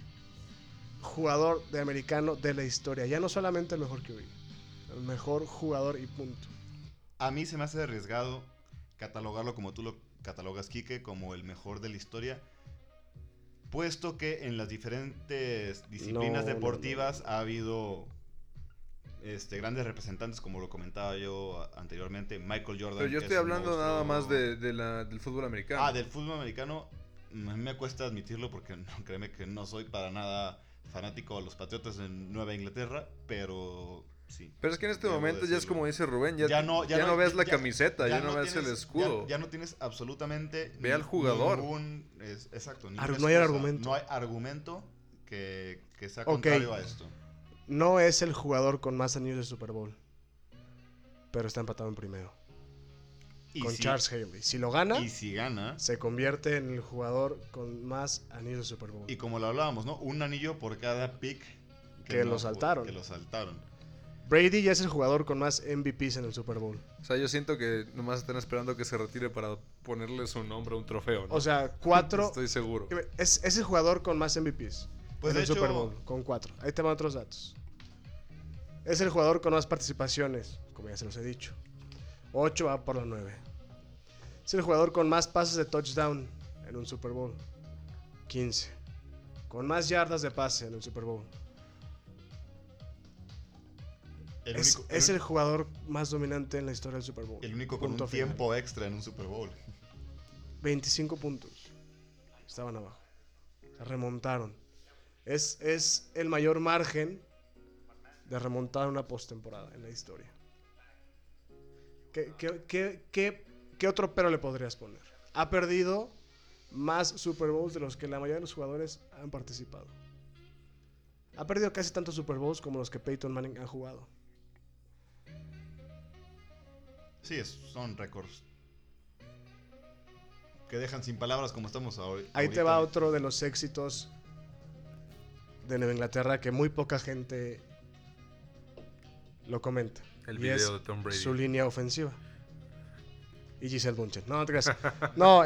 jugador de americano de la historia. Ya no solamente el mejor que hoy. El mejor jugador y punto. A mí se me hace arriesgado catalogarlo como tú lo catalogas, Quique, como el mejor de la historia, puesto que en las diferentes disciplinas deportivas ha habido grandes representantes, como lo comentaba yo anteriormente, Michael Jordan. Pero yo estoy hablando nada más del fútbol americano. Ah, del fútbol americano. A mí me cuesta admitirlo porque créeme que no soy para nada fanático a los Patriotas en Nueva Inglaterra, pero sí. Pero es que en este debo momento ya es decirlo. como dice Rubén, ya no ves la camiseta, ya no ves el escudo. Ya no tienes absolutamente Ve al jugador. Exacto. No hay argumento. No hay argumento que sea contrario a esto. No es el jugador con más anillos de Super Bowl, pero está empatado en primero. Con Charles Haley. Si lo gana, y si gana, se convierte en el jugador con más anillos de Super Bowl. y como lo hablábamos, ¿no? Un anillo por cada pick que lo saltaron. Brady ya es el jugador con más MVPs en el Super Bowl. O sea, yo siento que nomás están esperando que se retire para ponerle su nombre a un trofeo, ¿no? O sea, 4. Estoy seguro. Es el jugador con más MVPs Pues en de el hecho, Super Bowl, con 4. Ahí te van otros datos. Es el jugador con más participaciones, como ya se los he dicho. 8 va por la 9. Es el jugador con más pases de touchdown en un Super Bowl. 15. Con más yardas de pase en un Super Bowl. Es el jugador más dominante en la historia del Super Bowl. el único con Punto un final. tiempo extra en un Super Bowl. 25 puntos. Estaban abajo. Se remontaron. Es el mayor margen de remontar una postemporada en la historia. ¿Qué otro pero le podrías poner? Ha perdido más Super Bowls de los que la mayoría de los jugadores han participado. Ha perdido casi tantos Super Bowls como los que Peyton Manning ha jugado. Sí, son récords que dejan sin palabras como estamos ahorita. Ahí te va otro de los éxitos de Nueva Inglaterra que muy poca gente lo comenta. El y video es de Tom Brady. su línea ofensiva. Y Giselle Bunchen. No, no te creas. No,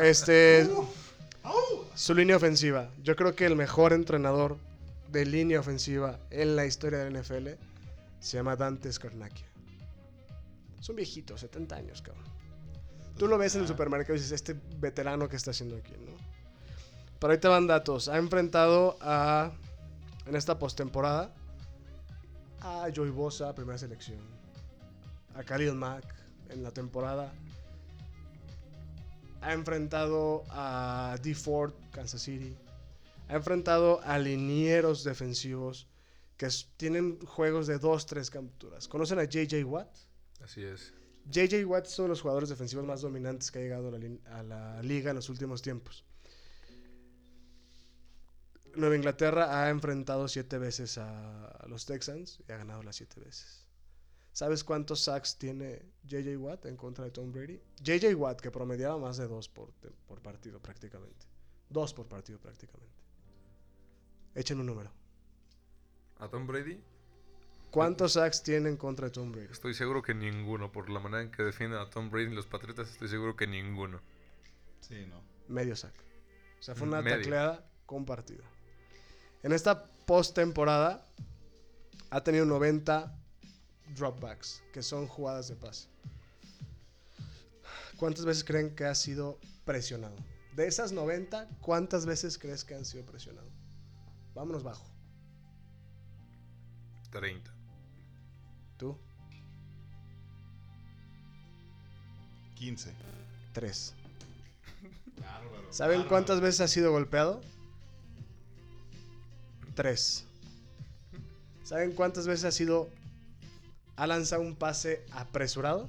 su línea ofensiva. Yo creo que el mejor entrenador de línea ofensiva en la historia del NFL se llama Dante Scarnecchia. Es un viejito, 70 años, cabrón. Tú lo ves en el supermercado y dices, este veterano que está haciendo aquí, ¿no? Pero ahí te van datos. Ha enfrentado en esta postemporada a Joey Bosa, primera selección. A Khalil Mack en la temporada. Ha enfrentado a Dee Ford, Kansas City. Ha enfrentado a linieros defensivos que tienen juegos de 2-3 capturas. ¿Conocen a J.J. Watt? Así es. J.J. Watt es uno de los jugadores defensivos más dominantes que ha llegado a la liga en los últimos tiempos. Nueva Inglaterra ha enfrentado 7 veces a los Texans y ha ganado las 7 veces. ¿Sabes cuántos sacks tiene J.J. Watt en contra de Tom Brady? J.J. Watt, que promediaba más de 2 por partido prácticamente. 2 por partido prácticamente. Échenme un número. ¿A Tom Brady? ¿Cuántos sacks tiene en contra de Tom Brady? Estoy seguro que ninguno. Por la manera en que defienden a Tom Brady y los Patriotas, estoy seguro que ninguno. Sí, no. Medio sack. O sea, fue una Medio. tacleada compartida. En esta postemporada ha tenido 90 dropbacks, que son jugadas de pase. ¿Cuántas veces creen que ha sido presionado? De esas 90, ¿cuántas veces crees que han sido presionados? Vámonos bajo. 30. ¿Tú? 15. 3. Bárbaro, ¿Saben bárbaro. cuántas veces ha sido golpeado? 3. ¿Saben cuántas veces ha lanzado un pase apresurado?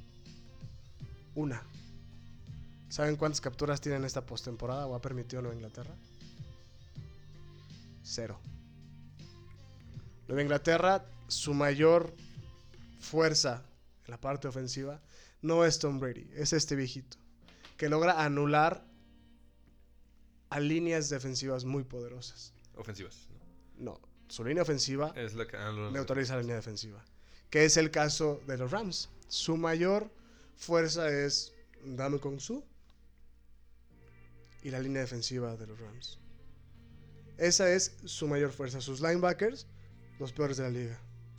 1. ¿Saben cuántas capturas tiene en esta postemporada o ha permitido Nueva Inglaterra? 0. Nueva Inglaterra, su mayor fuerza en la parte ofensiva no es Tom Brady, es este viejito que logra anular a líneas defensivas muy poderosas. Ofensivas. No, su línea ofensiva Es la que... neutraliza la línea defensiva, que es el caso de los Rams. Su mayor fuerza es Ndamukong Suh y la línea defensiva de los Rams. Esa es su mayor fuerza. Sus linebackers, los peores de la liga.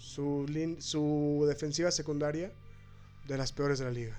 Su defensiva secundaria, de las peores de la liga.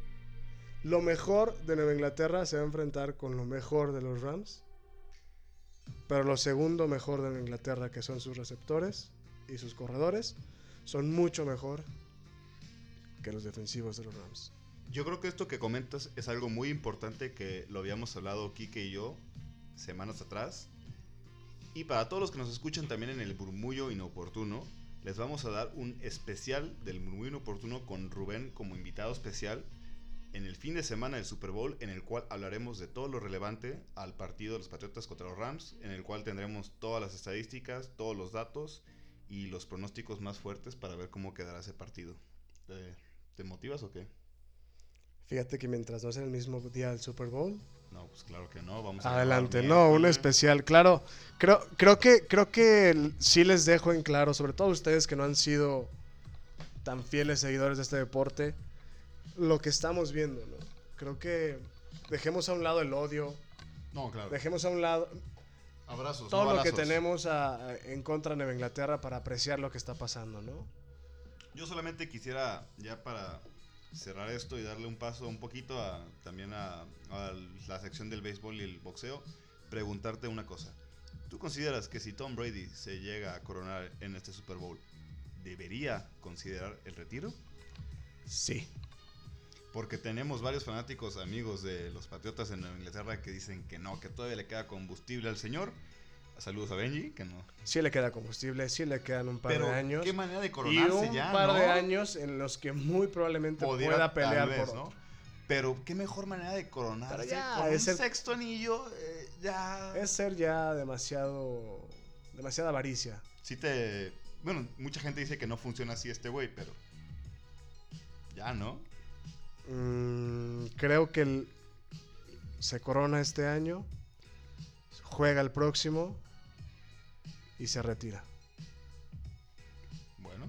Lo mejor de Nueva Inglaterra se va a enfrentar con lo mejor de los Rams. Pero lo segundo mejor de Nueva Inglaterra, que son sus receptores y sus corredores, son mucho mejor que los defensivos de los Rams. Yo creo que esto que comentas es algo muy importante que lo habíamos hablado Kike y yo semanas atrás. Y para todos los que nos escuchan también en el Murmullo Inoportuno, les vamos a dar un especial del Murmullo Inoportuno con Rubén como invitado especial en el fin de semana del Super Bowl, en el cual hablaremos de todo lo relevante al partido de los Patriotas contra los Rams, en el cual tendremos todas las estadísticas, todos los datos y los pronósticos más fuertes para ver cómo quedará ese partido. ¿Te motivas o qué? Fíjate que mientras no sea el mismo día del Super Bowl, No, pues claro que no. Vamos a adelante. grabar No, un miércoles. especial. Claro, creo que sí les dejo en claro, sobre todo ustedes que no han sido tan fieles seguidores de este deporte, lo que estamos viendo, ¿no? Creo que dejemos a un lado el odio, No, claro. dejemos a un lado Abrazos. todo no lo que balazos. tenemos en contra de Nueva Inglaterra para apreciar lo que está pasando, ¿no? Yo solamente quisiera, ya para cerrar esto y darle un paso un poquito también a la sección del béisbol y el boxeo, preguntarte una cosa. ¿Tú consideras que si Tom Brady se llega a coronar en este Super Bowl, debería considerar el retiro? Sí. Porque tenemos varios fanáticos amigos de los Patriotas en Nueva Inglaterra que dicen que no, que todavía le queda combustible al señor. Saludos a Benji, que no. Sí le queda combustible, sí le quedan un par Pero de años. qué manera de Y coronarse un ya, par ¿no? de años en los que muy probablemente Pudiera, pueda pelear tal vez, por ¿no? otro. Pero qué mejor manera de coronarse Pero ya, con un es el- sexto anillo, ya. Es ser ya demasiada avaricia. Sí bueno, mucha gente dice que no funciona así este güey, pero ya, ¿no? Creo que se corona este año, juega el próximo y se retira. Bueno,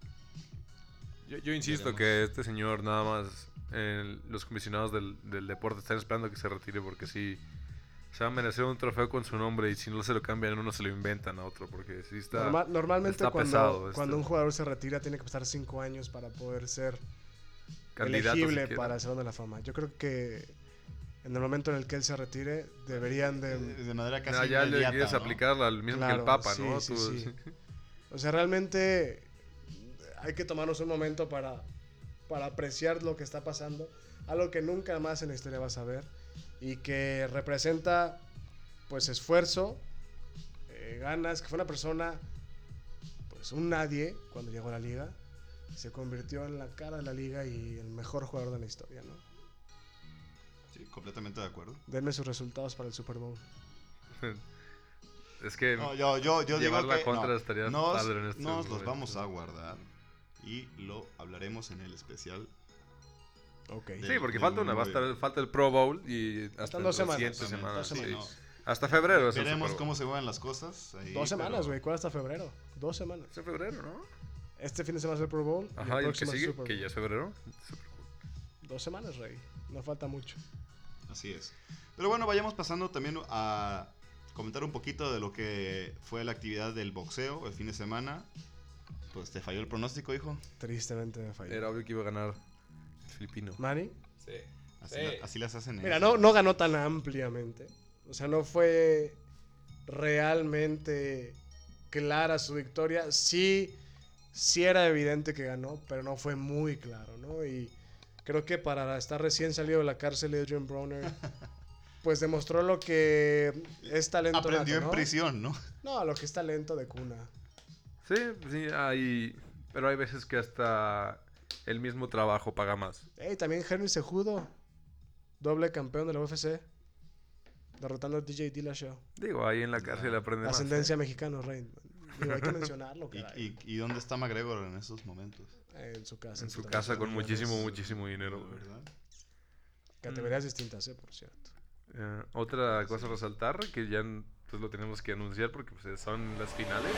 Yo insisto Veremos. que este señor nada más, los comisionados del deporte están esperando que se retire porque sí se va a merecer un trofeo con su nombre y si no se lo cambian uno se lo inventan a otro porque sí está... Normalmente está pesado cuando esto. un jugador se retira tiene que pasar 5 años para poder ser Candidato elegible siquiera. para el Salón de la Fama. Yo creo que en el momento en el que él se retire deberían de manera casi No, ya le inmediata, quieres ¿no? aplicarla al mismo que Claro, el Papa, sí, ¿no? sí, Tú- sí. O sea, realmente hay que tomarnos un momento para apreciar lo que está pasando. Algo que nunca más en la historia vas a ver. Y que representa, pues, esfuerzo, ganas. Que fue una persona, pues, un nadie cuando llegó a la liga. Se convirtió en la cara de la liga y el mejor jugador de la historia, ¿no? Sí, completamente de acuerdo. Denme sus resultados para el Super Bowl. Es que No, yo llevar digo la que contra no, estaría nos padre en este los momento. vamos a guardar y lo hablaremos en el especial. Ok. sí, porque del falta Murmullo. falta el Pro Bowl y hasta Faltan la 2 semanas. siguiente También, semana. dos sí. semanas. Hasta febrero es el Veremos Super Bowl. cómo se mueven las cosas. Ahí, 2 semanas, pero- güey. ¿Cuál hasta febrero? 2 semanas. Es en febrero, ¿no? Este fin de semana es el Pro Bowl. Ajá, y el que próximo es sigue, Super que Bowl. ya es febrero. 2 semanas, Rey. No falta mucho. Así es. Pero bueno, vayamos pasando también a comentar un poquito de lo que fue la actividad del boxeo el fin de semana. Pues te falló el pronóstico, hijo. Tristemente me falló. Era obvio que iba a ganar el filipino. Manny. Sí. Así, Sí. así las hacen. Mira, ellos. no ganó tan ampliamente. O sea, no fue realmente clara su victoria. Sí era evidente que ganó, pero no fue muy claro, ¿no? Y creo que para estar recién salido de la cárcel de Adrian Broner, pues demostró lo que es talento Aprendió nato, en ¿no? prisión, ¿no? No, lo que es talento de cuna. Sí, pero hay veces que hasta el mismo trabajo paga más. Ey, también Henry Cejudo, doble campeón de la UFC. derrotando a DJ Dillashaw. Digo, ahí en la cárcel aprende más. Ascendencia mexicana, Rey. Digo, hay que mencionarlo, ¿Y, caray. y dónde está McGregor en esos momentos? En su casa. En su casa con muchísimo dinero. güey. ¿Verdad? Categorías distintas, por cierto. Otra cosa a resaltar, que ya pues, lo tenemos que anunciar porque pues, son las finales.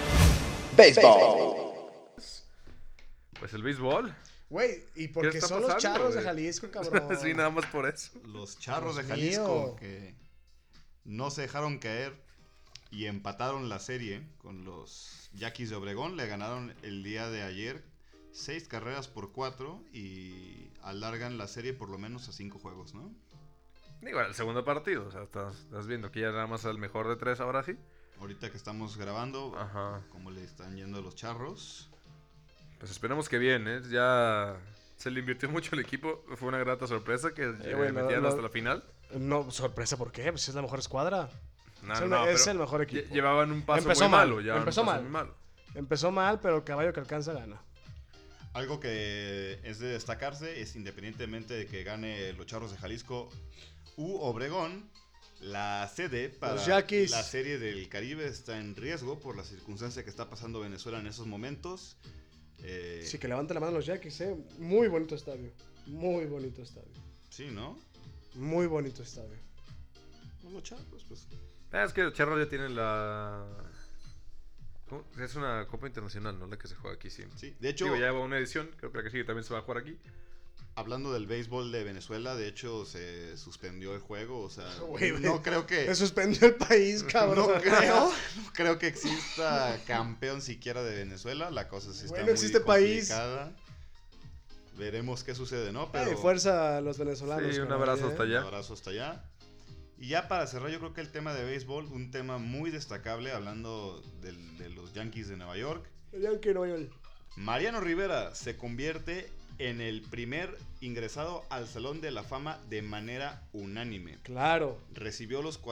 Béisbol. Pues el béisbol. Güey, y porque está son los pasando, charros de güey? Jalisco, cabrón. Sí, nada más por eso. Los Charros de Dios Jalisco mío. que no se dejaron caer y empataron la serie con los Yaquis de Obregón. Le ganaron el día de ayer 6 carreras por 4 y alargan la serie por lo menos a 5 juegos, ¿no? Digo, el segundo partido, o sea, estás viendo que ya nada más el mejor de 3 ahora sí. Ahorita que estamos grabando, Ajá. cómo le están yendo a los Charros. Pues esperemos que bien, ¿eh? Ya se le invirtió mucho el equipo. Fue una grata sorpresa que güey, metieran hasta la final. No, sorpresa, ¿por qué? Pues es la mejor escuadra. No, es pero el mejor equipo. Llevaban un paso Empezó muy mal, malo. empezó un paso mal. muy malo. Empezó mal, pero el caballo que alcanza gana. Algo que es de destacarse es, independientemente de que gane los Charros de Jalisco u Obregón, la sede para Los Yaquis. la Serie del Caribe está en riesgo por la circunstancia que está pasando Venezuela en esos momentos. Sí, que levante la mano los Yaquis, ¿eh? Muy bonito estadio. Muy bonito estadio. Sí, ¿no? Muy bonito estadio. Los Charros, pues. Es que los Charros ya tienen la... ¿Cómo? Es una copa internacional, ¿no? La que se juega aquí siempre. Sí, de hecho, Digo, ya va una edición, creo que la que sigue también se va a jugar aquí. hablando del béisbol de Venezuela, de hecho se suspendió el juego, o sea, Güey, no creo que... Se suspendió el país, cabrón. No creo que exista campeón siquiera de Venezuela. La cosa sí está Güey, no muy existe país. complicada. Veremos qué sucede, ¿no? Ay, Pero fuerza a los venezolanos. Sí, un caray, abrazo ¿eh? hasta un allá. abrazo hasta allá. Y ya para cerrar, yo creo que el tema de béisbol, un tema muy destacable, hablando de los Yankees de Nueva York. Yankee Nueva York. Mariano Rivera se convierte en el primer ingresado al Salón de la Fama de manera unánime. Claro. Recibió los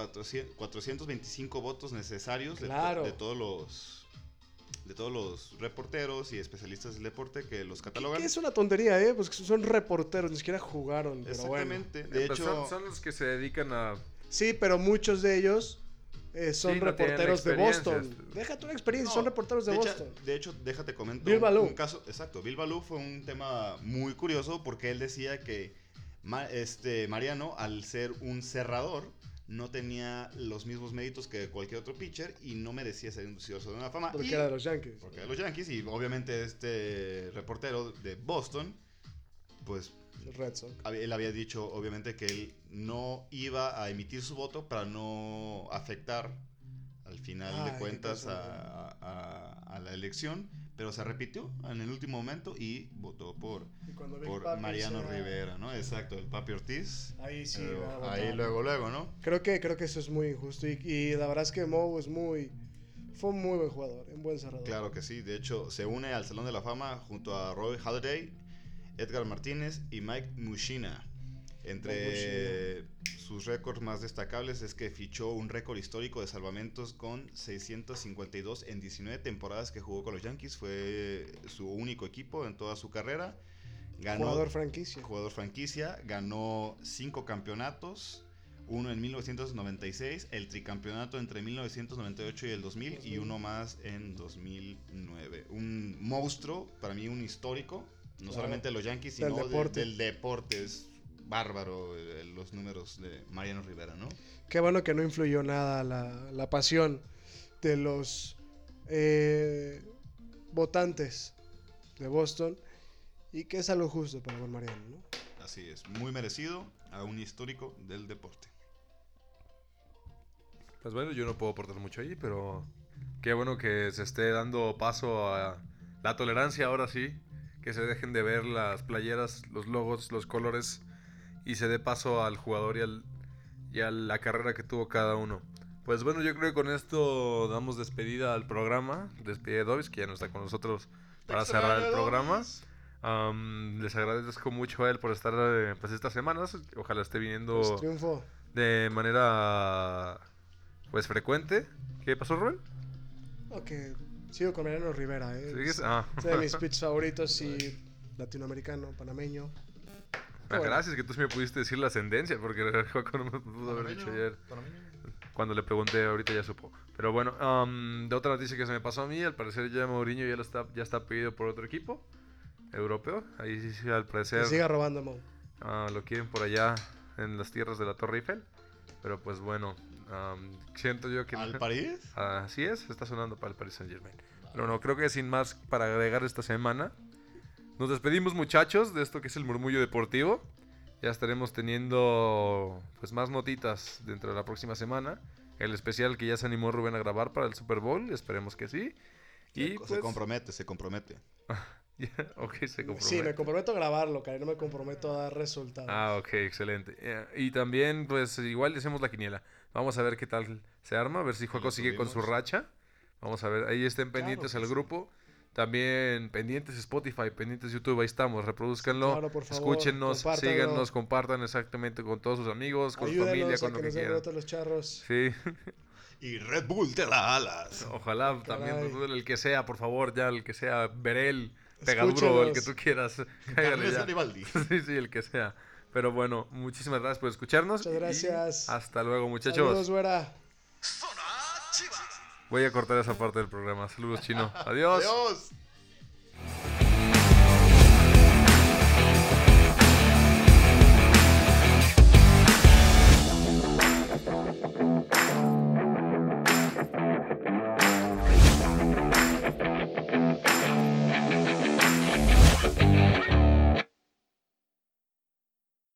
425 votos necesarios Claro. de todos los reporteros y especialistas del deporte que los catalogan. Que es una tontería, ¿eh? Pues que son reporteros, ni siquiera jugaron. Pero bueno. Exactamente. De Pues hecho, son los que se dedican a... Sí, pero muchos de ellos son Sí, no tienen reporteros de experiencia. Boston. Deja tu experiencia, no, son reporteros de hecho- Boston. de hecho, déjate comento Bill Ballou. un caso. Exacto, Bill Ballou fue un tema muy curioso porque él decía que Mariano, al ser un cerrador, no tenía los mismos méritos que cualquier otro pitcher y no merecía ser inducido al Salón de la Fama. Porque Y- era de los Yankees. porque era de los Yankees y obviamente este reportero de Boston, pues Los Red Sox. él había dicho obviamente que él no iba a emitir su voto para no afectar al final Ay, de qué cuentas cosa, a la elección, pero se repitió en el último momento y votó por Y cuando Big por Papi Mariano se- Rivera, ¿no? Exacto, el Papi Ortiz. Ahí sí. Pero va a ahí votar. luego, ¿no? Creo que eso es muy injusto. Y la verdad es que Mo fue un muy buen jugador, un buen cerrador. Claro que sí, de hecho se une al Salón de la Fama junto a Roy Halladay, Edgar Martínez y Mike Mussina. Entre sus récords más destacables es que fichó un récord histórico de salvamentos con 652 en 19 temporadas que jugó con los Yankees. Fue su único equipo en toda su carrera. Ganó, Jugador franquicia. jugador franquicia, ganó 5 campeonatos, uno en 1996, el tricampeonato entre 1998 y el 2000 y uno más en 2009. Un monstruo, para mí un histórico, no Claro. solamente de los Yankees, Del sino deporte. del deporte. Es bárbaro los números de Mariano Rivera, ¿no? Qué bueno que no influyó nada la pasión de los votantes de Boston y que es algo justo para buen Mariano, ¿no? Así es, muy merecido a un histórico del deporte. Pues bueno, yo no puedo aportar mucho ahí, pero qué bueno que se esté dando paso a la tolerancia ahora sí, que se dejen de ver las playeras, los logos, los colores y se dé paso al jugador y a la carrera que tuvo cada uno. Pues bueno, yo creo que con esto damos despedida al programa, despedida de Dobbs, que ya no está con nosotros para cerrar el programa. Les agradezco mucho a él por estar pues estas semanas, ojalá esté viniendo Pues, triunfo. de manera pues frecuente. ¿Qué pasó, Rubén? Ok, sigo con Mariano Rivera, ¿Sigues? Ah. Es de mis pitch favoritos y latinoamericano, panameño. Gracias que tú sí me pudiste decir la ascendencia, porque Juaco no me pudo haber dicho ayer. Cuando le pregunté, ahorita ya supo. Pero bueno, de otra noticia que se me pasó a mí, al parecer ya Mourinho ya está pedido por otro equipo europeo. Ahí sí, al parecer... Que siga robando, Mo. lo quieren por allá en las tierras de la Torre Eiffel. Pero pues bueno, siento yo que... ¿Al París? Así es, está sonando para el Paris Saint-Germain. Pero no, creo que sin más para agregar esta semana. Nos despedimos, muchachos, de esto que es el Murmullo Deportivo. Ya estaremos teniendo pues más notitas dentro de la próxima semana. El especial que ya se animó Rubén a grabar para el Super Bowl, esperemos que sí. Y Se compromete. Ok, se compromete. Sí, me comprometo a grabarlo, Cari, no me comprometo a dar resultados. Ok, excelente. Y también, pues, igual le hacemos la quiniela. Vamos a ver qué tal se arma, a ver si Juaco sigue con su racha. Vamos a ver, ahí estén pendientes al grupo. También pendientes Spotify, pendientes YouTube, ahí estamos, reproduzcanlo, Claro, por favor, escúchenos, compártanlo. síganos, compartan exactamente con todos sus amigos, con su Ayúdenos familia, a con lo que que nos den quieran. brotes los charros. Sí, Y Red Bull te la alas. ojalá también Caray. el que sea, por favor, ya el que sea, Berel, Pegaduro, Escúchenos. el que tú quieras, cáigale Carles ya. Garibaldi. Sí, el que sea. Pero bueno, muchísimas gracias por escucharnos. Muchas gracias. y hasta luego, muchachos. Saludos, güera. Voy a cortar esa parte del programa. Saludos, Chino. Adiós. Adiós.